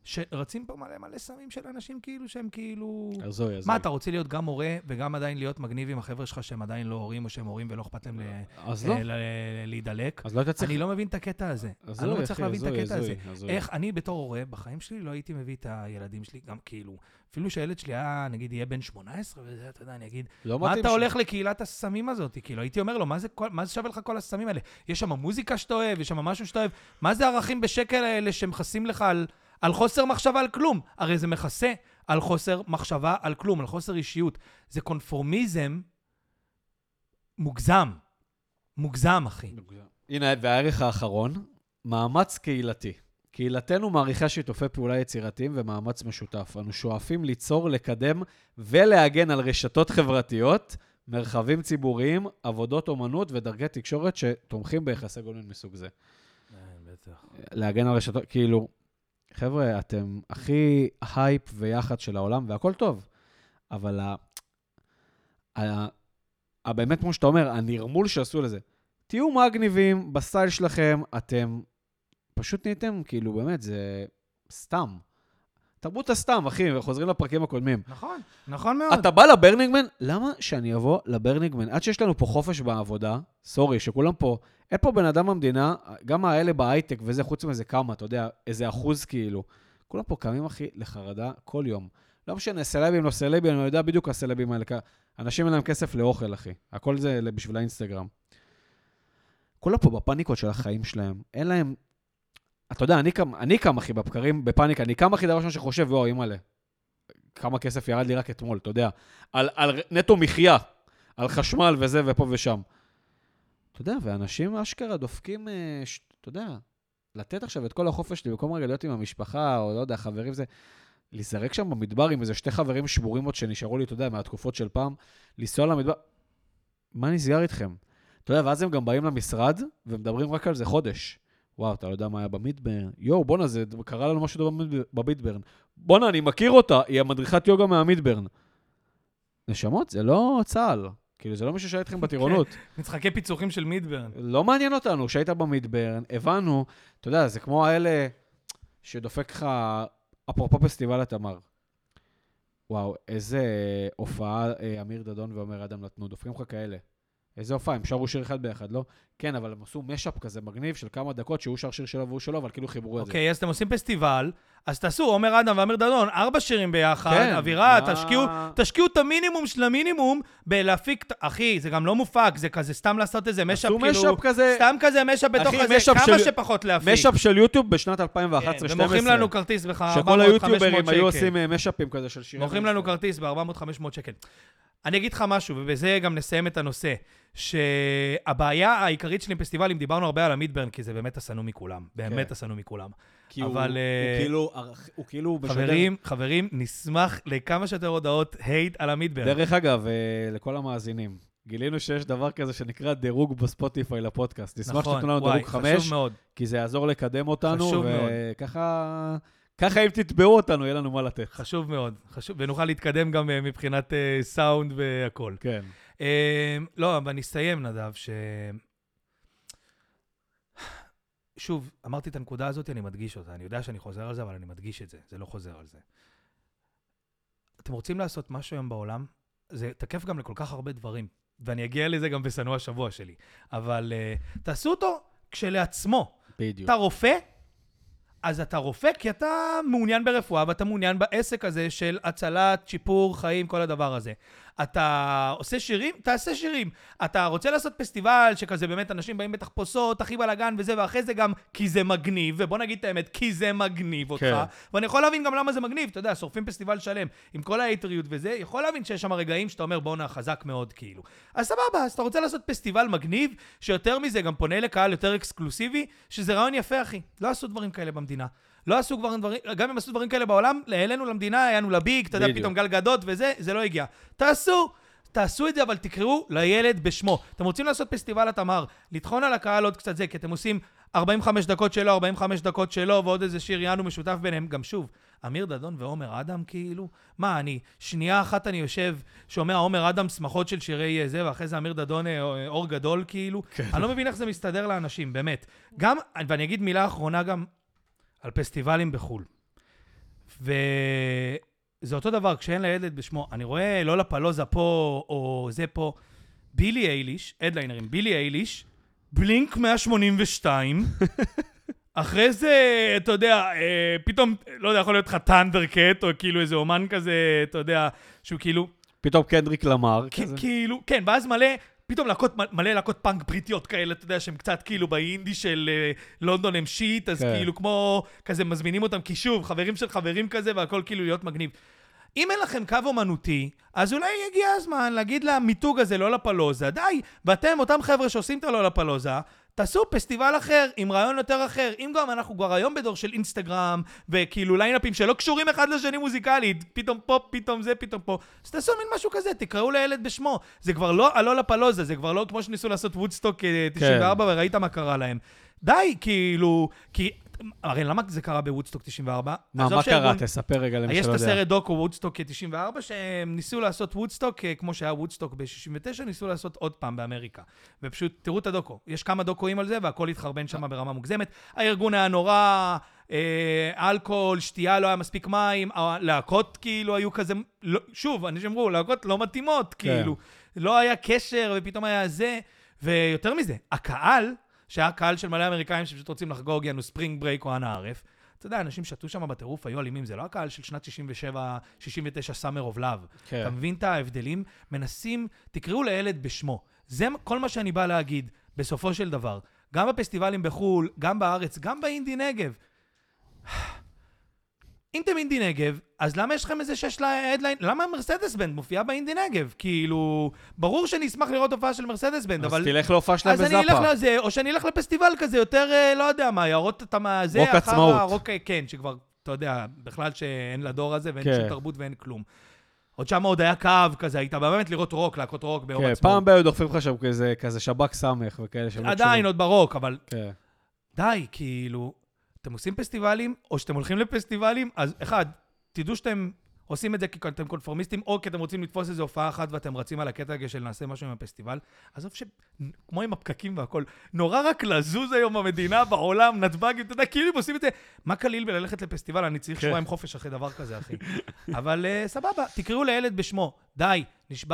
שרצים פה מלא סמים של אנשים כאילו שהם כאילו... הזוי. מה, אתה רוצה להיות גם הורה וגם עדיין להיות מגניב עם החבר'ה שלך שהם עדיין לא הורים או שהם הורים ולא אכפת להם להידלק? אז לא אתה צריך... אני לא מבין את הקטע הזה. אני לא מצליח להבין את הקטע הזה. הזוי. איך אני בתור הורה, בחיים שלי לא הייתי מביא את הילדים שלי, גם כאילו, אפילו שהילד שלי היה, נגיד, יהיה בן 18 וזה, אתה יודע, אני אגיד, מה אתה הולך לקהילת הסמים הזאת? כאילו, הייתי אומר לו, מה זה שווה לך כל הסמים האלה? יש שם מוזיקה שאתה אוהב, יש שם משהו שאתה אוהב. מה זה ערכים בשקל האלה שמכסים לך על חוסר מחשבה על כלום? הרי זה מכסה על חוסר מחשבה על כלום, על חוסר אישיות. זה קונפורמיזם מוגזם. מוגזם, אחי. הנה, והערך האחרון, מאמץ קהילתי. קהילתנו מעריכה שיתופי פעולה יצירתיים ומאמץ משותף. אנו שואפים ליצור, לקדם ולהגן על רשתות חברתיות, מרחבים ציבוריים, עבודות אומנות ודרכי תקשורת שתומכים ביחסי גומלין מסוג זה. בטח. להגן על רשתות, כאילו, חבר'ה, אתם הכי הייפ ויחד של העולם, והכל טוב. אבל באמת, כמו שאתה אומר, הנרמול שעשו לזה, תהיו מגניבים בסטייל שלכם, אתם פשוט נהייתם, כאילו, באמת, זה סתם. תרבות הסתם, אחי, וחוזרים לפרקים הקודמים. נכון, נכון מאוד. אתה בא לברנינגמן? למה שאני אבוא לברנינגמן? עד שיש לנו פה חופש בעבודה, סורי, שכולם פה, אין פה בן אדם במדינה, גם האלה בהייטק וזה, חוץ מזה כמה, אתה יודע, איזה אחוז כאילו. כולם פה קמים, אחי, לחרדה כל יום. לא משנה, סלבים, לא סלבים, אני יודע בדיוק הסלבים האלה. אנשים אין להם כסף לאוכל, אחי. הכל זה בשביל האינסטגרם. כולם פה בפניקות של החיים שלהם. אין להם... אתה יודע, אני קם, אחי, בבקרים, בפניקה. אני קם, אחי, דבר שם שחושב, וואו, אימא'לה. כמה כסף ירד לי רק אתמול, אתה יודע. על נטו מחיה, על חשמל וזה ופה ושם. אתה יודע, ואנשים אשכרה דופקים, אתה יודע, לתת עכשיו את כל החופש שלי, במקום רגע להיות עם המשפחה, או לא יודע, חברים זה, להיזרק שם במדבר עם איזה שתי חברים שבורים עוד שנשארו לי, אתה יודע, מהתקופות של פעם, לנסוע למדבר. מה נסגר איתכם? אתה יודע, ואז הם גם באים למשרד, ומדברים רק על זה חודש. וואו, אתה לא יודע מה היה במידברן. יואו, בונה, זה קרה לנו משהו במידברן. בונה, אני מכיר אותה, היא המדריכת יוגה מהמידברן. נשמות, זה לא צהל. כאילו, זה לא מישהו שהיה איתכם בטירונות. משחקי פיצוחים של מידברן. לא מעניין אותנו, שהיית במידברן, הבנו, אתה יודע, זה כמו האלה שדופק לך, אפרופו פסטיבל התמר. וואו, איזה הופעה אמיר דדון ועומר אדם נתנו, דופקים לך כאלה. איזה הופעה, הם שרו שיר אחד ביחד, לא? כן, אבל הם עשו משאפ כזה מגניב של כמה דקות שהוא שר שיר שלו והוא שלו, אבל כאילו חיברו את זה. אוקיי, אז אתם עושים פסטיבל, אז תעשו עומר אדם ואמיר דדון, 4 שירים ביחד, אווירה, תשקיעו את המינימום של המינימום בלהפיק, אחי, זה גם לא מופק, זה כזה סתם לעשות איזה משאפ, כאילו, סתם כזה משאפ בתוך הזה, כמה שפחות להפיק. משאפ של יוטיוב בשנת 2011-2012. ומוכרים לנו כרטיס ב-400-500 שכל היוטיוברים היו עושים משאפים כזה של שירים. מוכרים לנו כרטיס ב-400-500 שקל. אני אגיד לך משהו, ובזה גם נסיים את הנושא, שהבעיה העיקרית שלי עם פסטיבלים, דיברנו הרבה על המידברן, כי זה באמת עשינו מכולם, באמת עשינו מכולם. כי הוא כאילו... חברים, נשמח לכמה שיותר הודעות הייט על המידברן. דרך אגב, לכל המאזינים, גילינו שיש דבר כזה שנקרא דירוג בספוטיפיי לפודקאסט. נשמח שתתנו לנו דירוג 5, כי זה יעזור לקדם אותנו, וככה... ככה אם תתבעו אותנו, יהיה לנו מה לתת. חשוב מאוד, ונוכל להתקדם גם מבחינת סאונד והכל. כן. לא, אבל נסיים, נדב, שוב, אמרתי את הנקודה הזאת, אני מדגיש אותה. אני יודע שאני חוזר על זה, אבל אני מדגיש את זה. זה לא חוזר על זה. אתם רוצים לעשות משהו היום בעולם? זה תקף גם לכל כך הרבה דברים. ואני אגיע לזה גם בסנוע השבוע שלי. אבל תעשו אותו כשלעצמו. בדיוק. אתה רופא? אז אתה רופא כי אתה מעוניין ברפואה, ואתה מעוניין בעסק הזה של הצלת, שיפור, חיים, כל הדבר הזה. אתה עושה שירים? תעשה שירים. אתה רוצה לעשות פסטיבל שכזה באמת אנשים באים בתחפושות, הכי בלגן וזה, ואחרי זה גם כי זה מגניב, ובוא נגיד את האמת, כי זה מגניב אותך. כן. ואני יכול להבין גם למה זה מגניב, אתה יודע, שורפים פסטיבל שלם, עם כל ההיטריות וזה, יכול להבין שיש שם רגעים שאתה אומר, בוא חזק מאוד כאילו. אז סבבה, אז אתה רוצה לעשות פסטיבל מגניב, שיותר מזה גם פונה לקהל יותר אקסקלוסיבי, שזה רעיון יפה, אחי. לא עשו דברים כאלה במדינה. לא עשו כבר דברים, גם אם עשו דברים כאלה בעולם, אלינו למדינה, היינו לביג, אתה יודע, פתאום גל גדות וזה, זה לא הגיע. תעשו את זה, אבל תקראו לילד בשמו. אתם רוצים לעשות פסטיבל התמר, לתחון על הקהל עוד קצת זה, כי אתם עושים 45 דקות שלו, 45 דקות שלו, ועוד איזה שיר יענו משותף ביניהם. גם שוב, אמיר דדון ועומר אדם, כאילו, מה, שנייה אחת אני יושב, שומע עומר אדם שמחות של שירי זה, ואחרי זה אמיר דדון אור גדול, כאילו. כן. אני לא מבין איך זה מסתדר לאנשים, באמת. גם, ואני אגיד מילה אחרונה גם על פסטיבלים בחול. וזה אותו דבר, כשאין לילד בשמו, אני רואה לא לפלוזה פה, או זה פה, בילי אייליש, הדליינרים, בילי אייליש, בלינק 182, אחרי זה, אתה יודע, פתאום, לא יודע, יכול להיות לך טנדרקט, או כאילו איזה אומן כזה, אתה יודע, שהוא כאילו... פתאום קנדריק למר. כאילו, כן, ואז פתאום מלא להקות פאנק בריטיות כאלה, אתה יודע, שהם קצת כאילו באינדי של לונדון הם שיט, אז כאילו כמו כזה מזמינים אותם, כי שוב, חברים של חברים כזה, והכל כאילו להיות מגניב. אם אין לכם קו אומנותי, אז אולי יגיע הזמן להגיד למיתוג הזה, לא לפלוזה, די, ואתם, אותם חבר'ה שעושים את הלא לפלוזה, תעשו פסטיבל אחר, עם רעיון יותר אחר, אם גם אנחנו כבר היום בדור של אינסטגרם, וכאילו ליינאפים שלא קשורים אחד לשני מוזיקלית, פתאום פה, פתאום זה, פתאום פה, אז תעשו מין משהו כזה, תקראו לילד בשמו, זה כבר לא הלא לפלוזה, זה כבר לא כמו שניסו לעשות וודסטוק 94, וראית מה קרה להם. די, כאילו, כי... הרי למה זה קרה בוודסטוק 94? מה קרה? תספר רגע למי שלא יודע. יש את הסרט דוקו וודסטוק 94, שהם ניסו לעשות וודסטוק, כמו שהיה וודסטוק ב-69, ניסו לעשות עוד פעם באמריקה. ופשוט תראו את הדוקו. יש כמה דוקואים על זה, והכל התחרבן שם ברמה מוגזמת. הארגון היה נורא, אלכוהול, שתייה, לא היה מספיק מים, להקות כאילו היו כזה, שוב, אנשים אמרו, להקות לא מתאימות, כאילו. לא היה קשר, ופתאום היה זה. ויותר מזה, הקהל, שהיה קהל של מלא אמריקאים שפשוט רוצים לחגוג ינו ספרינג ברייק או אנה ערף. אתה יודע, אנשים שתו שם בטירוף, היו אלימים, זה לא הקהל של שנת 67, 69, Summer of Love. אתה מבין את ההבדלים? מנסים, תקראו לילד בשמו. זה כל מה שאני בא להגיד, בסופו של דבר. גם בפסטיבלים בחול, גם בארץ, גם באינדי נגב. אם אתם אינדי נגב, אז למה יש לכם איזה שש להדליין? למה מרסדס בנד מופיעה באינדי נגב? כאילו, ברור שאני אשמח לראות הופעה של מרסדס בנד, אבל... אז תלך להופעה שלהם בזאפה. אז אני אלך לזה, או שאני אלך לפסטיבל כזה, יותר, לא יודע מה, יערות את זה, רוק עצמאות. רוק, כן, שכבר, אתה יודע, בכלל שאין לדור הזה, ואין שום תרבות ואין כלום. עוד שם עוד היה קו כזה, היית באמת לראות רוק, להקות רוק ביום עצמאות. פעם ביום דוחפים לך שם כזה שבק סמך וכאלה. עדיין עוד ברוק, אבל די, כאילו, אתם עושים פסטיבלים, או שאתם הולכים לפסטיבלים, אז אחד, תדעו שאתם עושים את זה כי אתם קונפורמיסטים, או כי אתם רוצים לתפוס איזו הופעה אחת ואתם רצים על הקטע הזה של נעשה משהו עם הפסטיבל. עזוב כמו עם הפקקים והכל, נורא רק לזוז היום במדינה, בעולם, נתב"גים, אתה יודע, כאילו הם עושים את זה. מה קליל בללכת לפסטיבל? אני צריך שבועיים חופש אחרי דבר כזה, אחי. אבל סבבה, תקראו לילד בשמו. די,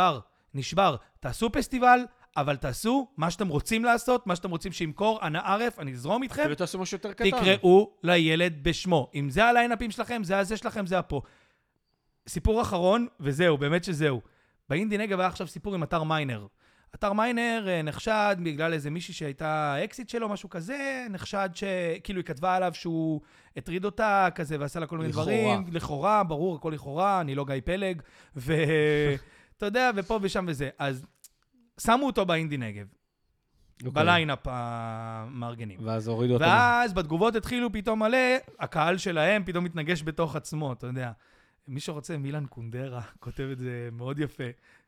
נשבר. תעשו פסטיבל, אבל תעשו מה שאתם רוצים לעשות, מה שאתם רוצים שימכור, אנא ערף, אני אזרום איתכם. אפילו תעשו משהו יותר קטן. תקראו לילד בשמו. אם זה הליינאפים שלכם, זה הזה שלכם, זה הפה. סיפור אחרון, וזהו, באמת שזהו. באינדי נגב היה עכשיו סיפור עם אתר מיינר. אתר מיינר נחשד בגלל איזה מישהי שהייתה אקסיט שלו, משהו כזה, נחשד שכאילו היא כתבה עליו שהוא הטריד אותה כזה, ועשה לה כל מיני דברים. לכאורה, ברור, הכל לכאורה, אני לא גיא פלג, ואתה יודע, ופה ושם וזה. אז שמו אותו באינדי נגב. בליינאפ המארגנים. ואז הורידו אותו. ואז בתגובות התחילו פתאום מלא, הקהל שלהם פתאום מתנגש בתוך עצמו, אתה יודע. מי שרוצה, מילן קונדרה, כותב את זה מאוד יפה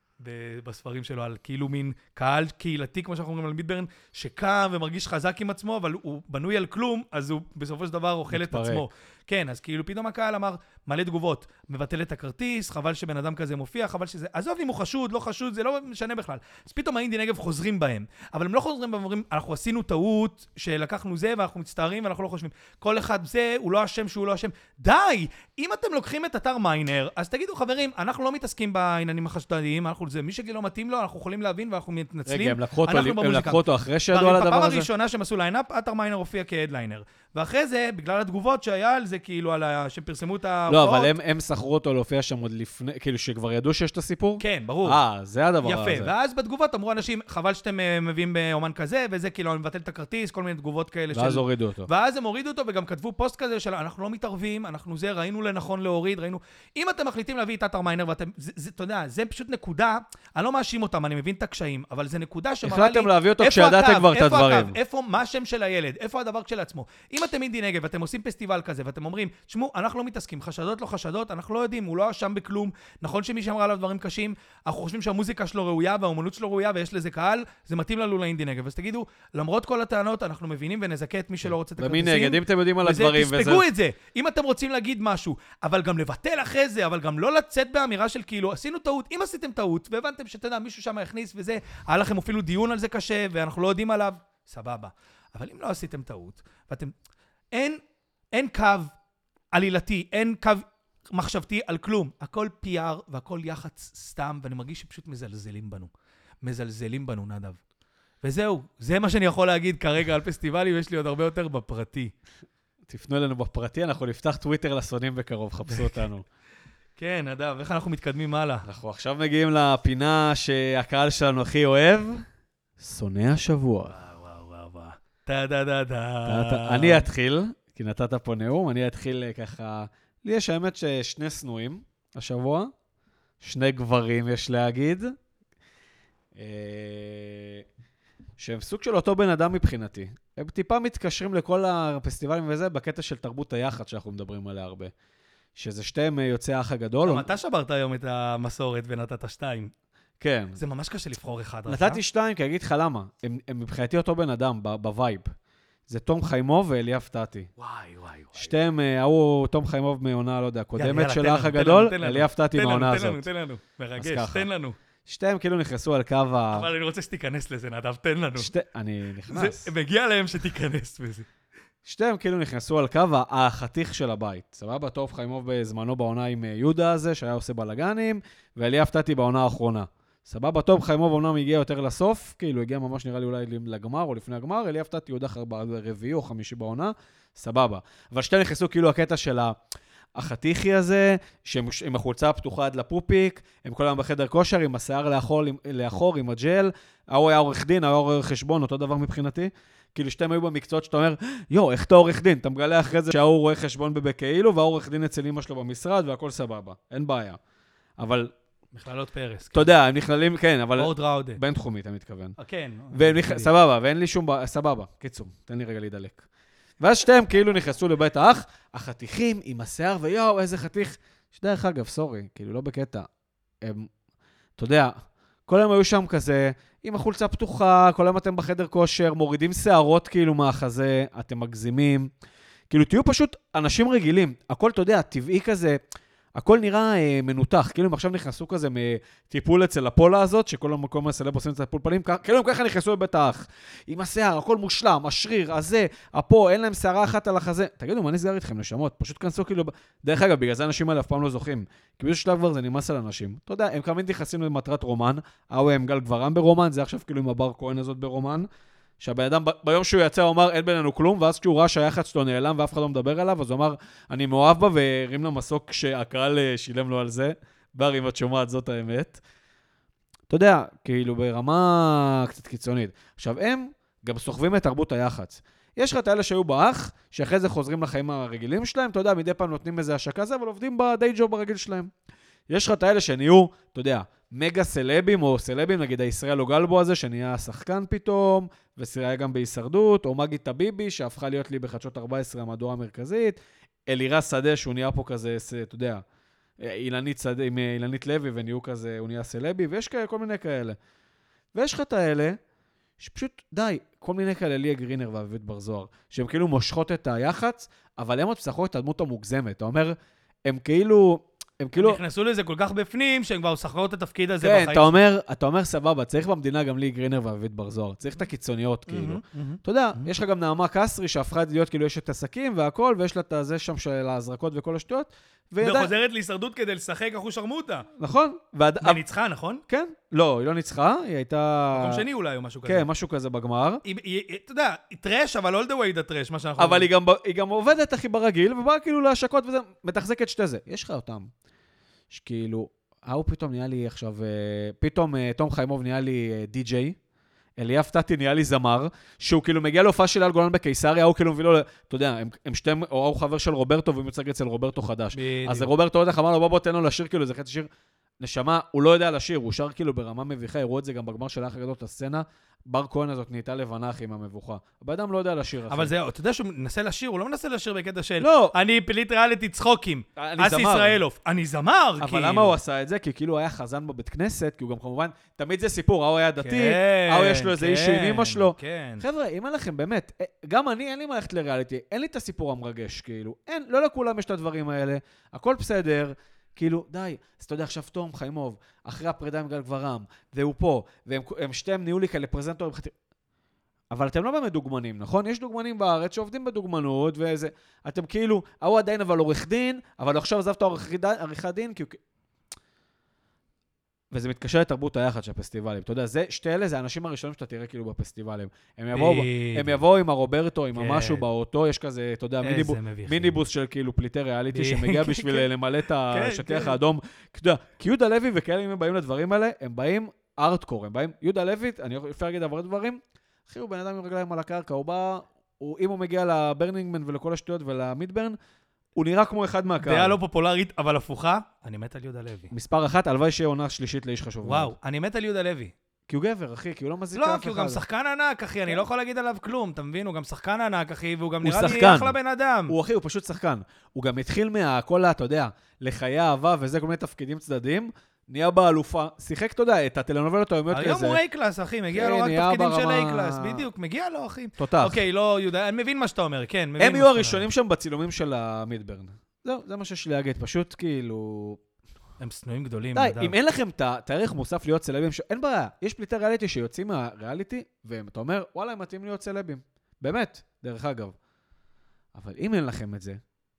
בספרים שלו, על כאילו מין קהל קהילתי, כמו שאנחנו אומרים על מידברן, שקם ומרגיש חזק עם עצמו, אבל הוא בנוי על כלום, אז הוא בסופו של דבר אוכל את עצמו. כן, אז כאילו פתאום הקהל אמר, מלא תגובות, מבטל את הכרטיס, חבל שבן אדם כזה מופיע, חבל שזה... עזוב אם הוא חשוד, לא חשוד, זה לא משנה בכלל. אז פתאום האינדי נגב חוזרים בהם. אבל הם לא חוזרים בהם ואומרים, אנחנו עשינו טעות, שלקחנו זה ואנחנו מצטערים ואנחנו לא חושבים. כל אחד זה, הוא לא אשם שהוא לא אשם. די! אם אתם לוקחים את אתר מיינר, אז תגידו, חברים, אנחנו לא מתעסקים בעניינים החשדניים, אנחנו זה, מי שלא מתאים לו, אנחנו יכולים להבין ואנחנו מתנצלים. רגע, הם לקחו אותו אחרי שידעו על הדבר הזה? בפעם הראשונה שהם עשו ליינאפ, אתר מיינר הופיע כהדליינר. ואחרי זה, בגלל התגובות שהיה על זה, כאילו, שפרסמו את ההופעות. לא, אבל הם שכרו אותו להופיע שם עוד לפני, כאילו שכבר ידעו שיש את הסיפור? כן, ברור. זה הדבר הזה. יפה, ואז בתגובות אמרו אנשים, חבל שאתם מביאים באומן כזה, וזה כאילו, אני מבטל את הכרטיס, כל מיני תגובות כאלה ואז הורידו אותו. ואז הם הורידו אותו, וגם כתבו פוסט כזה של, אנחנו לא מתערבים, אנחנו זה, ראינו לנכון להוריד, ראינו... אם אתם מחליטים להביא את אתר מיינר, ואתם, אתה יודע, זה פשוט נקודה, אני לא מאשים אותם, אני מבין את הקשיים, אבל זה נקודה שמראה לי, החלטתם להביא אותו כשידעתם כבר את הדברים. איפה מה השם של הילד? איפה הדבר כשלעצמו? אם אתם אינדי נגב, ואתם עושים פסטיבל כזה, ואתם אומרים, "תשמעו, אנחנו לא מתעסקים, חשדות לא חשדות, אנחנו לא יודעים, הוא לא אשם בכלום. נכון שמי שאמרה עליו דברים קשים, אנחנו חושבים שהמוזיקה שלו ראויה והאומנות שלו ראויה ויש לזה קהל, זה מתאים לנו לאינדי נגב." אז תגידו, למרות כל הטענות, אנחנו מבינים ונזכה את מי שלא רוצה את הכרטיסים. ומי נגד, אם אתם יודעים על הדברים וזה... תספגו את זה. אם אתם רוצים להגיד משהו, אבל גם לבטל אחרי זה, אבל גם לא לצאת באמירה של כאילו, עשינו טעות. אם עשיתם טעות, והבנתם שתדע, מישהו שם יכניס וזה, היה לכם אפילו דיון על זה קשה, ואנחנו לא יודעים עליו, סבבה. אבל אם לא עשיתם טעות, ואתם... אין קו עלילתי, אין קו מחשבתי על כלום. הכל PR והכל יח"צ סתם, ואני מרגיש שפשוט מזלזלים בנו. מזלזלים בנו, נדב. וזהו, זה מה שאני יכול להגיד כרגע על פסטיבלים, ויש לי עוד הרבה יותר בפרטי. תפנו אלינו בפרטי, אנחנו נפתח טוויטר לסונים בקרוב, חפשו אותנו. כן, נדב, איך אנחנו מתקדמים הלאה? אנחנו עכשיו מגיעים לפינה שהקהל שלנו הכי אוהב, שונא השבוע. וואו. טה-דה-דה-דה. אני אתחיל, כי נתת פה נאום, אני אתחיל ככה, לי יש האמת ששני שנואים השבוע, שני גברים יש להגיד, שהם סוג של אותו בן אדם מבחינתי. הם טיפה מתקשרים לכל הפסטיבלים וזה, בקטע של תרבות היחד שאנחנו מדברים עליה הרבה. שזה שתיהם יוצאי האח הגדול. גם אתה שברת היום את המסורת ונתת 2. כן. זה ממש קשה לבחור אחד. נתתי 2, כי אגיד לך למה. הם מבחינתי אותו בן אדם, בווייב. זה תום חיימוב ואליאב טאטי. וואי. שתיהם, תום חיימוב מעונה, לא יודע, קודמת של האח הגדול, אליאב טאטי מהעונה הזאת. תן לנו, מרגש, תן לנו. שתיהם כאילו נכנסו על קו אבל אני רוצה שתיכנס לזה, נדב, תן לנו. אני נכנס. מגיע להם שתיכנס בזה. שתיהם כאילו נכנסו על קו החתיך של הבית. סבבה, טוב חיימוב בזמנו בעונה עם יהודה הזה, שהיה עושה בלגנים, ואליאב טאטי בעונה האחרונה. סבבה, טוב חיימוב אומנם הגיע יותר לסוף, כאילו הגיע ממש נראה לי אולי לגמר או לפני הגמר, אליאב טאטי הודח ברביעי או חמישי בעונה, סבבה. אבל שתיהם נכנסו כאילו הקטע של החתיכי הזה, שהם עם החולצה הפתוחה עד לפופיק, הם כל היום בחדר כושר, עם השיער לאחור, עם הג'ל, הוא היה עורך דין, הוא היה עורך חשבון, אותו דבר מבחינתי. כאילו שתיהם היו במקצועות שאתה אומר, איך אתה עורך דין? אתה מגלה אחרי זה שההוא רואה חשבון בכאילו, והעורך דין אצל אמא שלו במשרד, והכל סבבה. אין בעיה. אבל... מכללות פרס. אתה יודע, הם נכללים, כן, אבל... אורד ראודה. בין תחומית, אני מתכוון. כן. סבבה, ואין לי שום... סבבה, קיצור, תן לי רגע להידלק. ואז שתיהם כאילו נכנסו לבית האח, החתיכים עם השיער, איזה חתיך. שדרך אגב, סורי, כאילו לא בקטע. הם, אתה יודע, כל היום היו שם כזה, עם החולצה פתוחה, כל היום אתם בחדר כושר, מורידים שערות כאילו מהחזה, אתם מגזימים. כאילו תהיו פשוט אנשים רגילים. הכל, אתה יודע, טבעי כזה, הכל נראה מנותח. כאילו הם עכשיו נכנסו כזה מטיפול אצל הפולה הזאת, שכל המקום הסלב עושים את הטיפול פנים, כאילו הם ככה נכנסו לבית האח. עם השיער, הכל מושלם, השריר, הזה, הפה, אין להם שערה אחת על החזה. תגידו, מה נסגר איתכם, נשמות? פשוט כנסו כאילו... דרך אגב, בגלל זה האנשים האלה אף פעם לא זוכים. כי באיזשהו שלב כבר זה נמאס על אנשים. אתה יודע, הם כמובן נכנסים למטרת רומן, הם גל גברם ברומן, זה עכשיו כאילו עם הבר כהן הזאת ברומן. שהבן אדם, ביום שהוא יצא, הוא אמר, אין בינינו כלום, ואז כשהוא ראה שהיח"צ שלו נעלם ואף אחד לא מדבר עליו, אז הוא אמר, אני מאוהב בה, והרים למסוק שהקהל שילם לו על זה. בר, אם את שומעת, זאת האמת. אתה יודע, כאילו ברמה קצת קיצונית. עכשיו, הם גם סוחבים את תרבות היח"צ. יש לך את האלה שהיו באח, שאחרי זה חוזרים לחיים הרגילים שלהם, אתה יודע, מדי פעם נותנים איזה השקה זה, אבל עובדים בדיי ג'וב הרגיל שלהם. יש לך את האלה שנהיו, אתה יודע, מגה סלבים או סלבים, נגיד הישראל אוגלבו הזה, שנהיה שחקן פתאום, והיה גם בהישרדות, או מגי טביבי, שהפכה להיות לי בחדשות 14 המהדורה המרכזית, אלירז שדה, שהוא נהיה פה כזה, אתה יודע, אילנית שדה, עם אילנית לוי, ונהיו כזה, הוא נהיה סלבי, ויש כל מיני כאלה. ויש לך את האלה, שפשוט, די, כל מיני כאלה, ליה גרינר ואביבית בר זוהר, שהם כאילו מושכות את היח"צ, אבל הם עוד פסחות את הדמות המוגזמת. אתה אומר, הם כאילו... הם נכנסו לזה כל כך בפנים, שהם כבר שחקרו את התפקיד הזה בחיים. כן, אתה אומר סבבה, צריך במדינה גם לי גרינר ואביבית בר זוהר, צריך את הקיצוניות כאילו. אתה יודע, יש לך גם נעמה קסרי, שהפכה להיות כאילו יש את עסקים והכל, ויש לה את זה שם של ההזרקות וכל השטויות. וחוזרת להישרדות כדי לשחק אחו שרמוטה. נכון. וניצחה, נכון? כן. לא, היא לא ניצחה, היא הייתה... מקום שני אולי או משהו כזה. כן, משהו כזה בגמר. אתה יודע, היא טרש, אבל all the way the trash, מה שאנחנו... אבל היא גם עובדת הכי ברגיל, ובאה כאילו להשקות וזה, מתחזקת שתי זה. יש לך אותם. שכאילו, פתאום נהיה לי עכשיו, פתאום תום חיימוב נהיה לי די-ג'יי, אליאב טאטי נהיה לי זמר, שהוא כאילו מגיע להופעה של אל גולן בקיסריה, הוא כאילו מביא לו, אתה יודע, הם שתיים, או הוא חבר של רוברטו, והוא מצג אצל רוברטו חדש. אז רוברטו עוד אמר לו, בוא תן לו לשיר, כאילו, זה חצי שיר, נשמה, הוא לא יודע לשיר, הוא שר כאילו ברמה מביכה, הראו את זה גם בגמר של האח הגדול, את הסצנה, בר כהן הזאת נהייתה לבנה עם המבוכה. הבן לא יודע לשיר. אבל זהו, אתה יודע שהוא מנסה לשיר, הוא לא מנסה לשיר בקטע של אני פליט ריאליטי צחוקים. אס ישראלוף. אני זמר, כאילו. אבל למה הוא עשה את זה? כי כאילו היה חזן בבית כנסת, כי הוא גם כמובן, תמיד זה סיפור, הוא היה דתי, הוא יש לו איזה אישו עם אמא שלו. חבר'ה, אם אין לכם באמת, גם אני, אין לי מה ללכת לריאליטי, אין לי את הסיפור המרגש, כאילו. אין, לא לכולם יש את הדברים האלה. הכל בסדר. כאילו, די, אז אתה יודע, עכשיו תום חיימוב, אחרי הפרידה עם גל גברם, והוא פה, והם שתיהם נהיו לי כאלה פרזנטורים, אבל אתם לא באמת דוגמנים, נכון? יש דוגמנים בארץ שעובדים בדוגמנות, וזה, אתם כאילו, הוא עדיין אבל עורך דין, אבל עכשיו עזב את העריכת דין, כי הוא... וזה מתקשר לתרבות היחד של הפסטיבלים. אתה יודע, שתי אלה זה האנשים הראשונים שאתה תראה כאילו בפסטיבלים. הם יבואו עם הרוברטו, עם המשהו באוטו, יש כזה, אתה יודע, מיניבוס של כאילו פליטי ריאליטי, שמגיע בשביל למלא את השטיח האדום. כי יהודה לוי וכאלה, אם הם באים לדברים האלה, הם באים ארטקור, הם באים, יהודה לוי, אני אפשר להגיד עבורת דברים, אחי, הוא בן אדם עם רגליים על הקרקע, הוא בא, אם הוא מגיע לברנינגמן ולכל השטויות ולמידברן, הוא נראה כמו אחד מהקהל. דעה לא פופולרית, אבל הפוכה, אני מת על יהודה לוי. מספר 1, הלוואי שיהיה עונה שלישית לאיש חשוב. וואו, אני מת על יהודה לוי. כי הוא גבר, אחי, כי הוא לא מזיק לאף אחד. לא, כי הוא גם שחקן ענק, אחי, אני לא יכול להגיד עליו כלום, אתה מבין? הוא גם שחקן ענק, אחי, והוא גם נראה לי אחלה בן אדם. הוא אחי, הוא פשוט שחקן. הוא גם התחיל מהכל, אתה יודע, לחיי אהבה וזה כל מיני תפקידים צדדים, נהיה באלופה, שיחק, אתה יודע, את הטלנובלות היומיות כזה. היום הוא A-קלאס, אחי, מגיע לו רק תפקידים של A-קלאס, בדיוק, מגיע לו, אחי. תותח. אוקיי, לא, יהודה, אני מבין מה שאתה אומר, כן, הם יהיו הראשונים שם בצילומים של המידברן. זהו, זה מה שיש לי להגיד, פשוט כאילו... הם סנויים גדולים. די, אם אין לכם את הערך מוסף להיות סלבים, אין בעיה, יש פליטי ריאליטי שיוצאים מהריאליטי, ואתה אומר, וואלה, הם מתאים להיות סלבים. באמת, דרך אגב. אבל אם אין לכם את זה,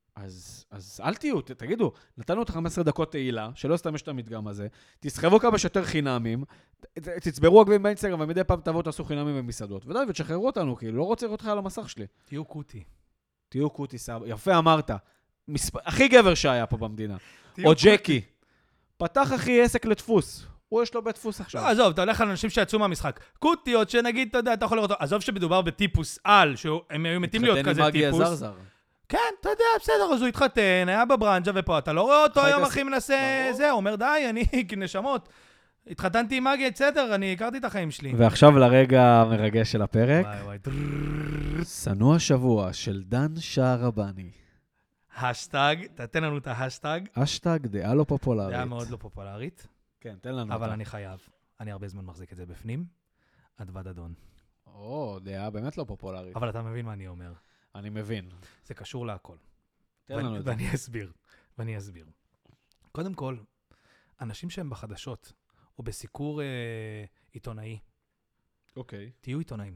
אז אל תהיו, תגידו, נתנו את 15 דקות תהילה, שלא סתם יש את המדגם הזה, תסחבו כמה שיותר חינמים, תצברו עקבים באינסטגרם, ומדי פעם תבואו תעשו חינמים במסעדות. ודי, ותשחררו אותנו, כאילו, לא רוצה לראות לך על המסך שלי. תהיו קוטי. תהיו קוטי, סבא. יפה אמרת. הכי גבר שהיה פה במדינה. או ג'קי. פתח אחי עסק לדפוס. הוא יש לו בית דפוס עכשיו. לא, עזוב, אתה הולך על אנשים שיצאו מהמשחק. קוטיות שנגיד, אתה יודע, אתה יכול לראות אותו. עזוב שמדובר בטיפוס על, שהם היו מתים להיות כזה טיפוס. כן, אתה יודע, בסדר, אז הוא התחתן, היה בברנג'ה ופה, אתה לא רואה אותו היום הכי מנסה, זהו, אומר די, אני נשמות. התחתנתי עם מגי, בסדר, אני הכרתי את החיים שלי. ועכשיו לרגע המרגש של הפרק. וואי. שנוא השבוע של דן שערבני. השטג, תתן לנו את ההשטג. השטג דעה לא פופולרית. דעה מאוד לא פופולרית. כן, תן לנו אותה. אבל אני חייב. אני הרבה זמן מחזיק את זה בפנים. אדוה דדון. דעה באמת לא פופולרית. אבל אתה מבין מה אני אומר. אני מבין. זה קשור להכל. תן לנו את זה. ואני אסביר. קודם כל, אנשים שהם בחדשות, או בסיקור עיתונאי, אוקיי. תהיו עיתונאים.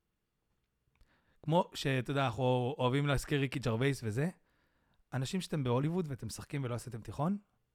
כמו שאתה יודע, אנחנו אוהבים להזכיר ריקי ג'רווייס וזה, אנשים שאתם בהוליווד ואתם משחקים ולא עשיתם תיכון,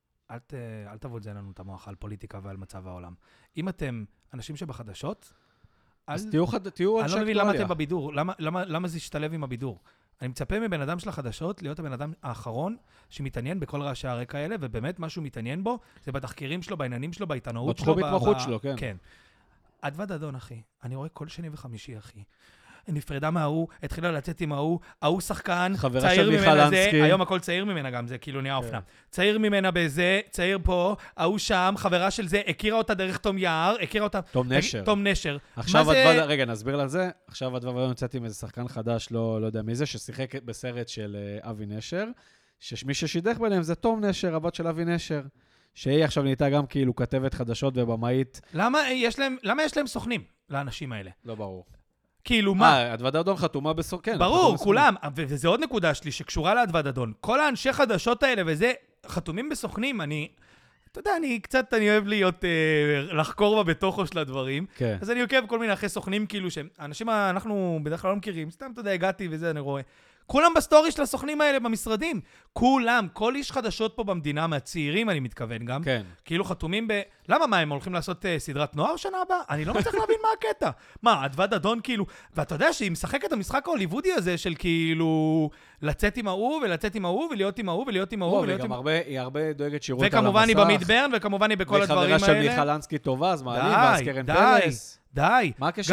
אל תבודזו לנו את המוח על פוליטיקה ועל מצב העולם. אם אתם אנשים שבחדשות, אז תהיו אנשי אקטואליה. אני לא מבין למה אתם בבידור, למה זה ישתלב עם הבידור. אני מצפה מבן אדם של החדשות להיות הבן אדם האחרון שמתעניין בכל רעשי הרקע האלה, ובאמת משהו מתעניין בו, זה בתחקירים שלו, בעניינים שלו, בעיתונאות שלו. בתחום התמחות שלו, כן. כן. אדוה דדון, אחי. אני רואה כל שני וחמישי, אחי. נפרדה מההוא, התחילה לצאת עם ההוא שחקן, צעיר ממנה זה, היום הכל צעיר ממנה גם, זה כאילו נהיה אופנה. צעיר ממנה בזה, צעיר פה, ההוא שם, חברה של זה, הכירה אותה דרך תום יער, הכירה אותה... תום נשר. עכשיו רגע, נסביר על זה. עכשיו אדוה דדון יוצאת עם איזה שחקן חדש, לא יודע מי זה, ששיחק בסרט של אבי נשר, שמי ששידך ביניהם זה תום נשר, הבת של אבי נשר, שהיא עכשיו נהייתה גם כאילו כתבת חדשות ובמאית. למה יש להם סוכנים לאנשים האלה? לא ברור. כאילו מה? אדוה דדון חתומה בסוכן. ברור, כולם. וזה עוד נקודה שלי שקשורה לאדוה דדון. כל האנשי חדשות האלה וזה, חתומים בסוכנים. אתה יודע, אני אוהב להיות, לחקור בתוכו של הדברים. כן. אז אני עוקב כל מיני אחרי סוכנים כאילו שהם, אנשים אנחנו בדרך כלל לא מכירים. סתם, אתה יודע, הגעתי וזה, אני רואה. כולם בסטורי של הסוכנים האלה במשרדים. כולם, כל איש חדשות פה במדינה, מהצעירים, אני מתכוון גם. כן. כאילו חתומים למה, מה, הם הולכים לעשות סדרת נוער שנה הבאה? אני לא מצליח להבין מה הקטע. מה, אדוה דדון כאילו... ואתה יודע שהיא משחקת את המשחק ההוליוודי הזה של כאילו... לצאת עם ההוא, ולצאת עם ההוא, ולהיות עם ההוא, ולהיות עם ההוא, ולהיות עם... היא הרבה דואגת שירות על המסך. וכמובן היא במידברן, וכמובן היא בכל הדברים האלה. וחברה של מיכל אנסקי טובה, אז מעלים, ואז קרן פרס. די.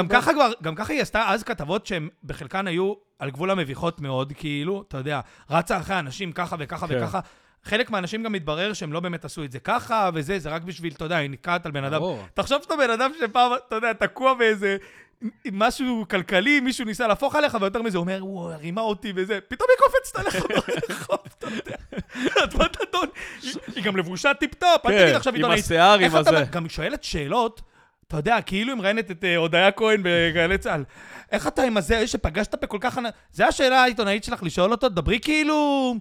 גם ככה היא עשתה אז כתבות שהן בחלקן היו על גבול המביכות מאוד, כאילו, אתה יודע, רצה אחרי אנשים ככה וככה וככה. חלק מהאנשים גם מתברר שהם לא באמת עשו את זה ככה, וזה, זה רק בשביל, אתה יודע, היא נקעת על בן אדם. תחשוב שאתה בן אדם שפעם, אתה יודע, תקוע באיזה משהו כלכלי, מישהו ניסה להפוך עליך, ויותר מזה אומר, הוא הרימה אותי וזה, פתאום היא קופצת עליך ברחוב, אתה יודע. אדוה דדון, היא גם לבושה טיפ-טופ, אל תגיד עכשיו עיתונאית. עם השיער, עם הזה. גם היא שואלת שאלות, אתה יודע, כאילו היא מראיינת את הודיה כהן בגלי צה"ל. איך אתה עם הזה שפגשת בכל כך... זה השאלה העיתונאית שלך לשאול אותו, דברי כאילו...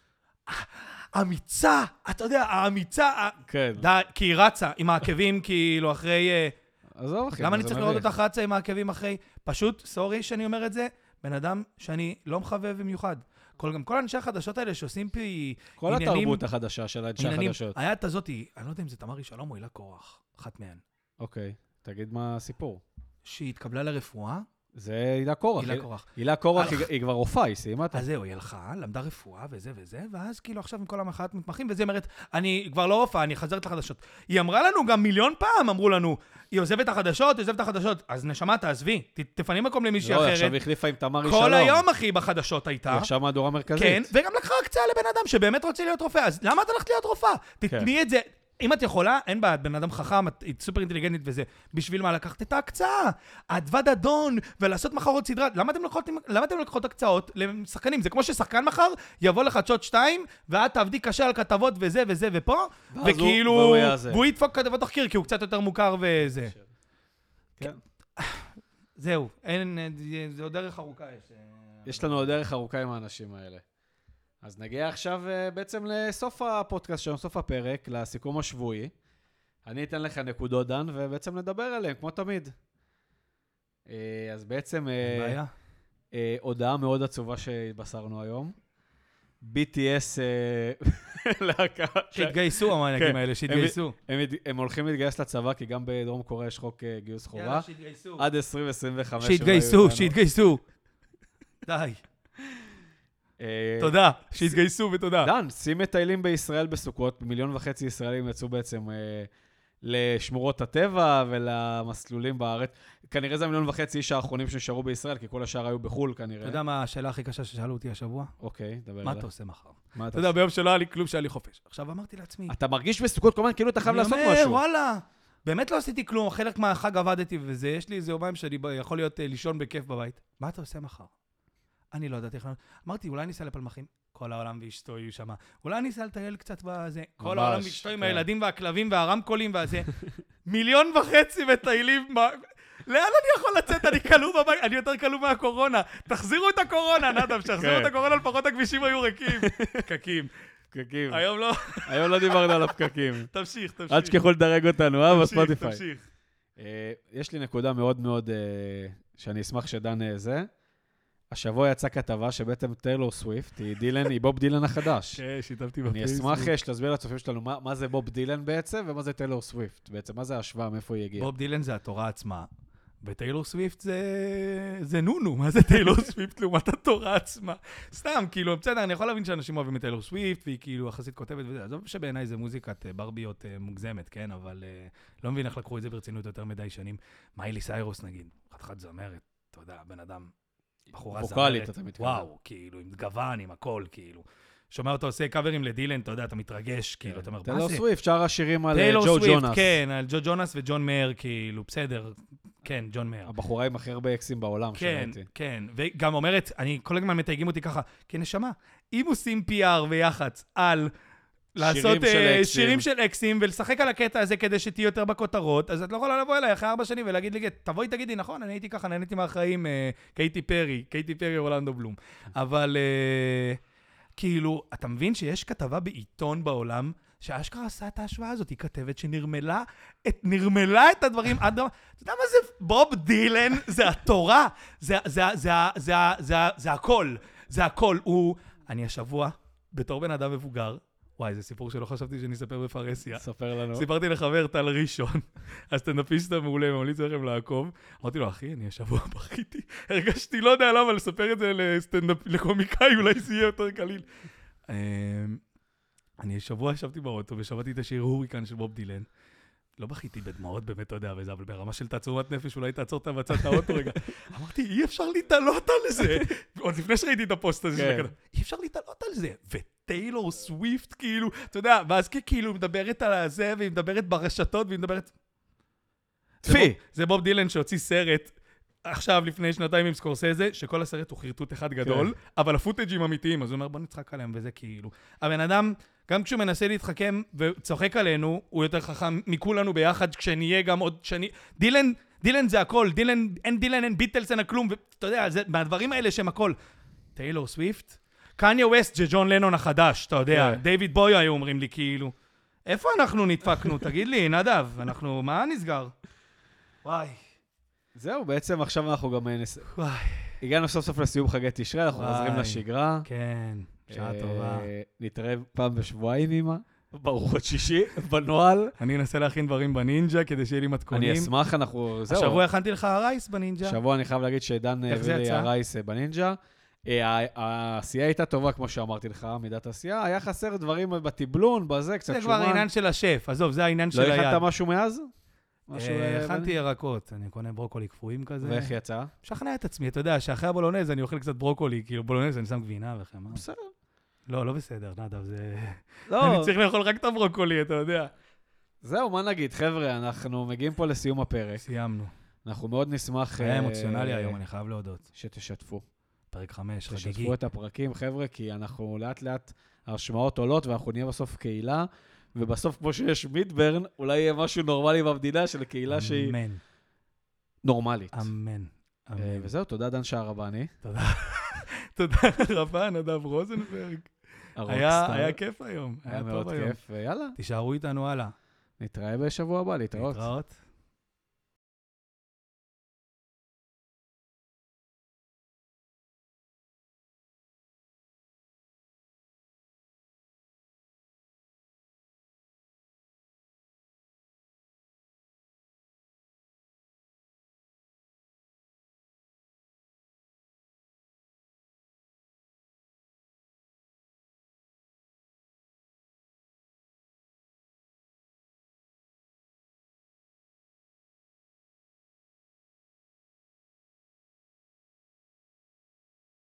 אמיצה, אתה יודע, האמיצה... כן. כי היא רצה עם העקבים כאילו אחרי... עזוב אחי. למה אני צריך לראות אותך רצה עם העקבים אחרי? פשוט, סורי שאני אומר את זה, בן אדם שאני לא מחבב במיוחד. גם כל אנשי החדשות האלה שעושים פה כל התרבות החדשה של אנשי החדשות. היה את הזאתי, אני לא יודע אם זה תמרי שלום או הילה קורח, אחת מהן. אוקיי, תגיד מה הסיפור. שהיא התקבלה לרפואה. זה הילה קורח. הילה קורח. הילה קורח היא כבר רופאה, היא סיימה. אז זהו, היא הלכה, למדה רפואה וזה וזה, ואז כאילו עכשיו עם כל המחאת מתמחים, וזה אומרת, אני כבר לא רופאה, אני חזרת לחדשות. היא אמרה לנו גם מיליון פעם, אמרו לנו, היא עוזבת החדשות, אז נשמה, תעזבי, תפני מקום למישהי אחרת. לא, עכשיו החליפה עם תמרי שלום. כל היום, אחי, בחדשות הייתה. היא עכשיו מהדורה מרכזית. כן, וגם לקחה הקצאה לבן אדם שבאמת רוצה להיות רופא, אז למה את הלכת להיות רופאה? תתני את זה. אם את יכולה, אין בעיה, בן אדם חכם, את סופר אינטליגנטית וזה, בשביל מה לקחת את ההקצאה? הדווד אדון, ולעשות מחרות סדרה, למה אתם לקחות הקצאות לשחקנים? זה כמו ששחקן מחר יבוא לחדשות 2, ואת תעבדי קשה על כתבות וזה וזה ופה, וכאילו, והוא ידפוק כתבות תחקיר, כי הוא קצת יותר מוכר וזה. כן. זהו, זה עוד דרך ארוכה. יש לנו עוד דרך ארוכה עם האנשים האלה. אז נגיע עכשיו בעצם לסוף הפודקאסט שלנו, סוף הפרק, לסיכום השבועי. אני אתן לך נקודות, דן, ובעצם נדבר עליהם, כמו תמיד. אז בעצם הודעה מאוד עצובה שהתבשרנו היום. BTS להקה. שהתגייסו המענקים האלה, שהתגייסו. הם הולכים להתגייס לצבא, כי גם בדרום קוריאה יש חוק גיוס חובה. יאללה, שהתגייסו. עד 2025. שהתגייסו. די. תודה, שהתגייסו ותודה. דן, שים מטיילים בישראל בסוכות, 1.5 מיליון ישראלים יצאו בעצם לשמורות הטבע ולמסלולים בארץ. כנראה זה 1.5 מיליון איש האחרונים שנשארו בישראל, כי כל השאר היו בחול כנראה. אתה יודע מה השאלה הכי קשה ששאלו אותי השבוע? אוקיי, דבר אליי. מה אתה עושה מחר? אתה יודע, ביום שלא היה לי כלום, שהיה לי חופש. עכשיו אמרתי לעצמי. אתה מרגיש בסוכות כל הזמן כאילו אתה חייב לעשות משהו. אני אומר, וואלה, באמת לא עשיתי כלום, חלק מהחג עבדתי וזה, יש לי איזה יומיים שאני יכול להיות לישון בכיף בבית. מה אתה עושה מחר? אני לא יודעת איך... אמרתי, אולי ניסע לפלמחים? כל העולם ואשתו יהיו שם. אולי ניסע לטייל קצת בזה. כל העולם ואשתו עם הילדים והכלבים והרמקולים והזה. 1.5 מיליון מטיילים. לאן אני יכול לצאת? אני כלוא בבית. אני יותר כלוא מהקורונה. תחזירו את הקורונה, נדב. שתחזירו את הקורונה, לפחות הכבישים היו ריקים. פקקים. פקקים. היום לא. היום לא דיברנו על הפקקים. תמשיך. אל תשכחו לדרג אותנו, בספוטיפיי. תמשיך. יש לי נקודה מאוד מאוד שאני אשמח שדן זה. השבוע יצאה כתבה שבעצם טיילור סוויפט היא בוב דילן החדש. כן, שיתפתי בפייסבוק. אני אשמח שתסביר לצופים שלנו מה זה בוב דילן בעצם, ומה זה טיילור סוויפט. בעצם מה זה ההשוואה, מאיפה היא הגיעה. בוב דילן זה התורה עצמה, וטיילור סוויפט זה נונו. מה זה טיילור סוויפט לעומת התורה עצמה? סתם, כאילו, בסדר, אני יכול להבין שאנשים אוהבים את טיילור סוויפט, והיא כאילו יחסית כותבת וזה. עזוב שבעיניי זה מוזיקת ברביות מוגזמת, כן? אבל לא מבין איך לקחו את זה ברצינות יותר מדי שנים. מיילי סיירוס נגיד, חתיכת זמרת, אתה יודע, בן אדם בחורה זמרת, וואו, כאילו, עם גוון, עם הכל, כאילו. שומע אותו עושה קאברים לדילן, אתה יודע, אתה מתרגש, כאילו, אתה אומר, מה זה? טיילור סוויפט, שאר השירים על ג'ו ג'ונס. כן, על ג'ו ג'ונס וג'ון מאיר, כאילו, בסדר, כן, ג'ון מאיר. הבחורה עם הכי הרבה אקסים בעולם, כן, כן, וגם אומרת, אני כל הזמן מתייגים אותי ככה, כן, נשמה, אם עושים PR ויח"צ על לעשות שירים של אקסים ולשחק על הקטע הזה כדי שתהיה יותר בכותרות, אז את לא יכולה לבוא אליי אחרי 4 שנים ולהגיד לי, תבואי תגידי, נכון, אני הייתי ככה, נהניתי מהחיים, קייטי פרי, אורלנדו בלום. אבל כאילו, אתה מבין שיש כתבה בעיתון בעולם, שאשכרה עשה את ההשוואה הזאת, היא כתבת שנרמלה את הדברים עד... אתה יודע מה זה? בוב דילן זה התורה, זה הכל, זה הכל. אני השבוע, בתור בן אדם מבוגר, וואי, זה סיפור שלא חשבתי שאני אספר בפרסיה. ספר לנו. סיפרתי לחבר טל ראשון, אז תנפיסת מעולה, ממליץ לכם לעקוב. אמרתי לו, אחי, אני השבוע בכיתי. הרגשתי, לא יודע למה, לספר את זה לקומיקאי, אולי זה יהיה יותר קליל. אני השבוע ישבתי באוטו ושמעתי את השיר הוריקן של בוב דילן. לא בכיתי בדמעות, באמת, אתה יודע, אבל ברמה של תעצומת נפש, אולי תעצור את בצד את האוטו רגע. אמרתי, אי אפשר להתעלות על זה. עוד לפני שראיתי את הפוסט הזה, אי אפשר להתעלות על זה. וטיילור סוויפט, כאילו, אתה יודע, ואז כאילו מדברת על זה, והיא מדברת ברשתות, והיא מדברת... צפי! זה בוב דילן שהוציא סרט, עכשיו לפני 2 עם סקורסזה, שכל הסרט הוא חרטוט אחד גדול, אבל הפוטג'ים אמיתיים, אז הוא אומר, בוא נצחק עליהם, וזה כאילו... הבן אדם, גם כשהוא מנסה להתחכם וצוחק עלינו, הוא יותר חכם מכולנו ביחד, כשנהיה גם עוד שני... דילן זה הכל, אין דילן, אין ביטלס, אין הכלום, ואתה יודע, זה מהדברים האלה שהם הכל. טיילור סוויפט, קניה ווסט זה ג'ון לנון החדש, אתה יודע, דיוויד בוי היו אומרים לי כאילו, איפה אנחנו נדפקנו? תגיד לי, נדב, מה נסגר? וואי. זהו, בעצם עכשיו אנחנו גם וואי, הגענו סוף סוף לסיום חגי תשרי, אנחנו וואי. חוזרים לשגרה. כן, שעה טובה. נתראה פעם בשבועיים, אמא. בארוחות שישי, בנוהל. אני אנסה להכין דברים בנינג'ה כדי שיהיה לי מתכונים. אני אשמח, אנחנו... זהו. השבוע הכנתי לך הרייס בנינג'ה. השבוע אני חייב להגיד שדן איך זה הביא לי יצא? הרייס בנינג'ה. העשייה הייתה טובה, כמו שאמרתי לך, מידת עשייה. היה חסר דברים בטיבלון, בזה, קצת זה שומן. כבר העניין של השף, עזוב, זה העניין של לא היד. הכנת משהו מאז? משהו, הכנתי ירקות, אני קונה ברוקולי קפואים כזה. ואיך יצא? משכנע את עצמי, אתה יודע, שאחרי הבולונז אני אוכל קצת ברוקולי, כאילו בולונז אני שם גבינה וחמאה. בסדר. לא, לא בסדר, נדב, זה... לא, אני צריך לאכול רק את הברוקולי, אתה יודע. זהו, מה נגיד? חבר'ה, אנחנו מגיעים פה לסיום הפרק. סיימנו. אנחנו מאוד נשמח... היה אמוציונלי היום, אני חייב להודות. שתשתפו. פרק 5, חגיגי. תשתפו את הפרקים, חבר'ה, כי אנחנו לאט לאט, ההשמעות עולות, ואנחנו נהיה בסוף קהילה, ובסוף, כמו שיש מידברן, אולי יהיה משהו נורמלי במדינה של קהילה שהיא אמן, נורמלית. אמן. אמן. וזהו, תודה דן שערבני. תודה רבה, נדב רוזנברג. היה כיף היום. היה טוב מאוד היום. כיף, ויאללה, תישארו איתנו הלאה. נתראה בשבוע הבא, להתראות. להתראות.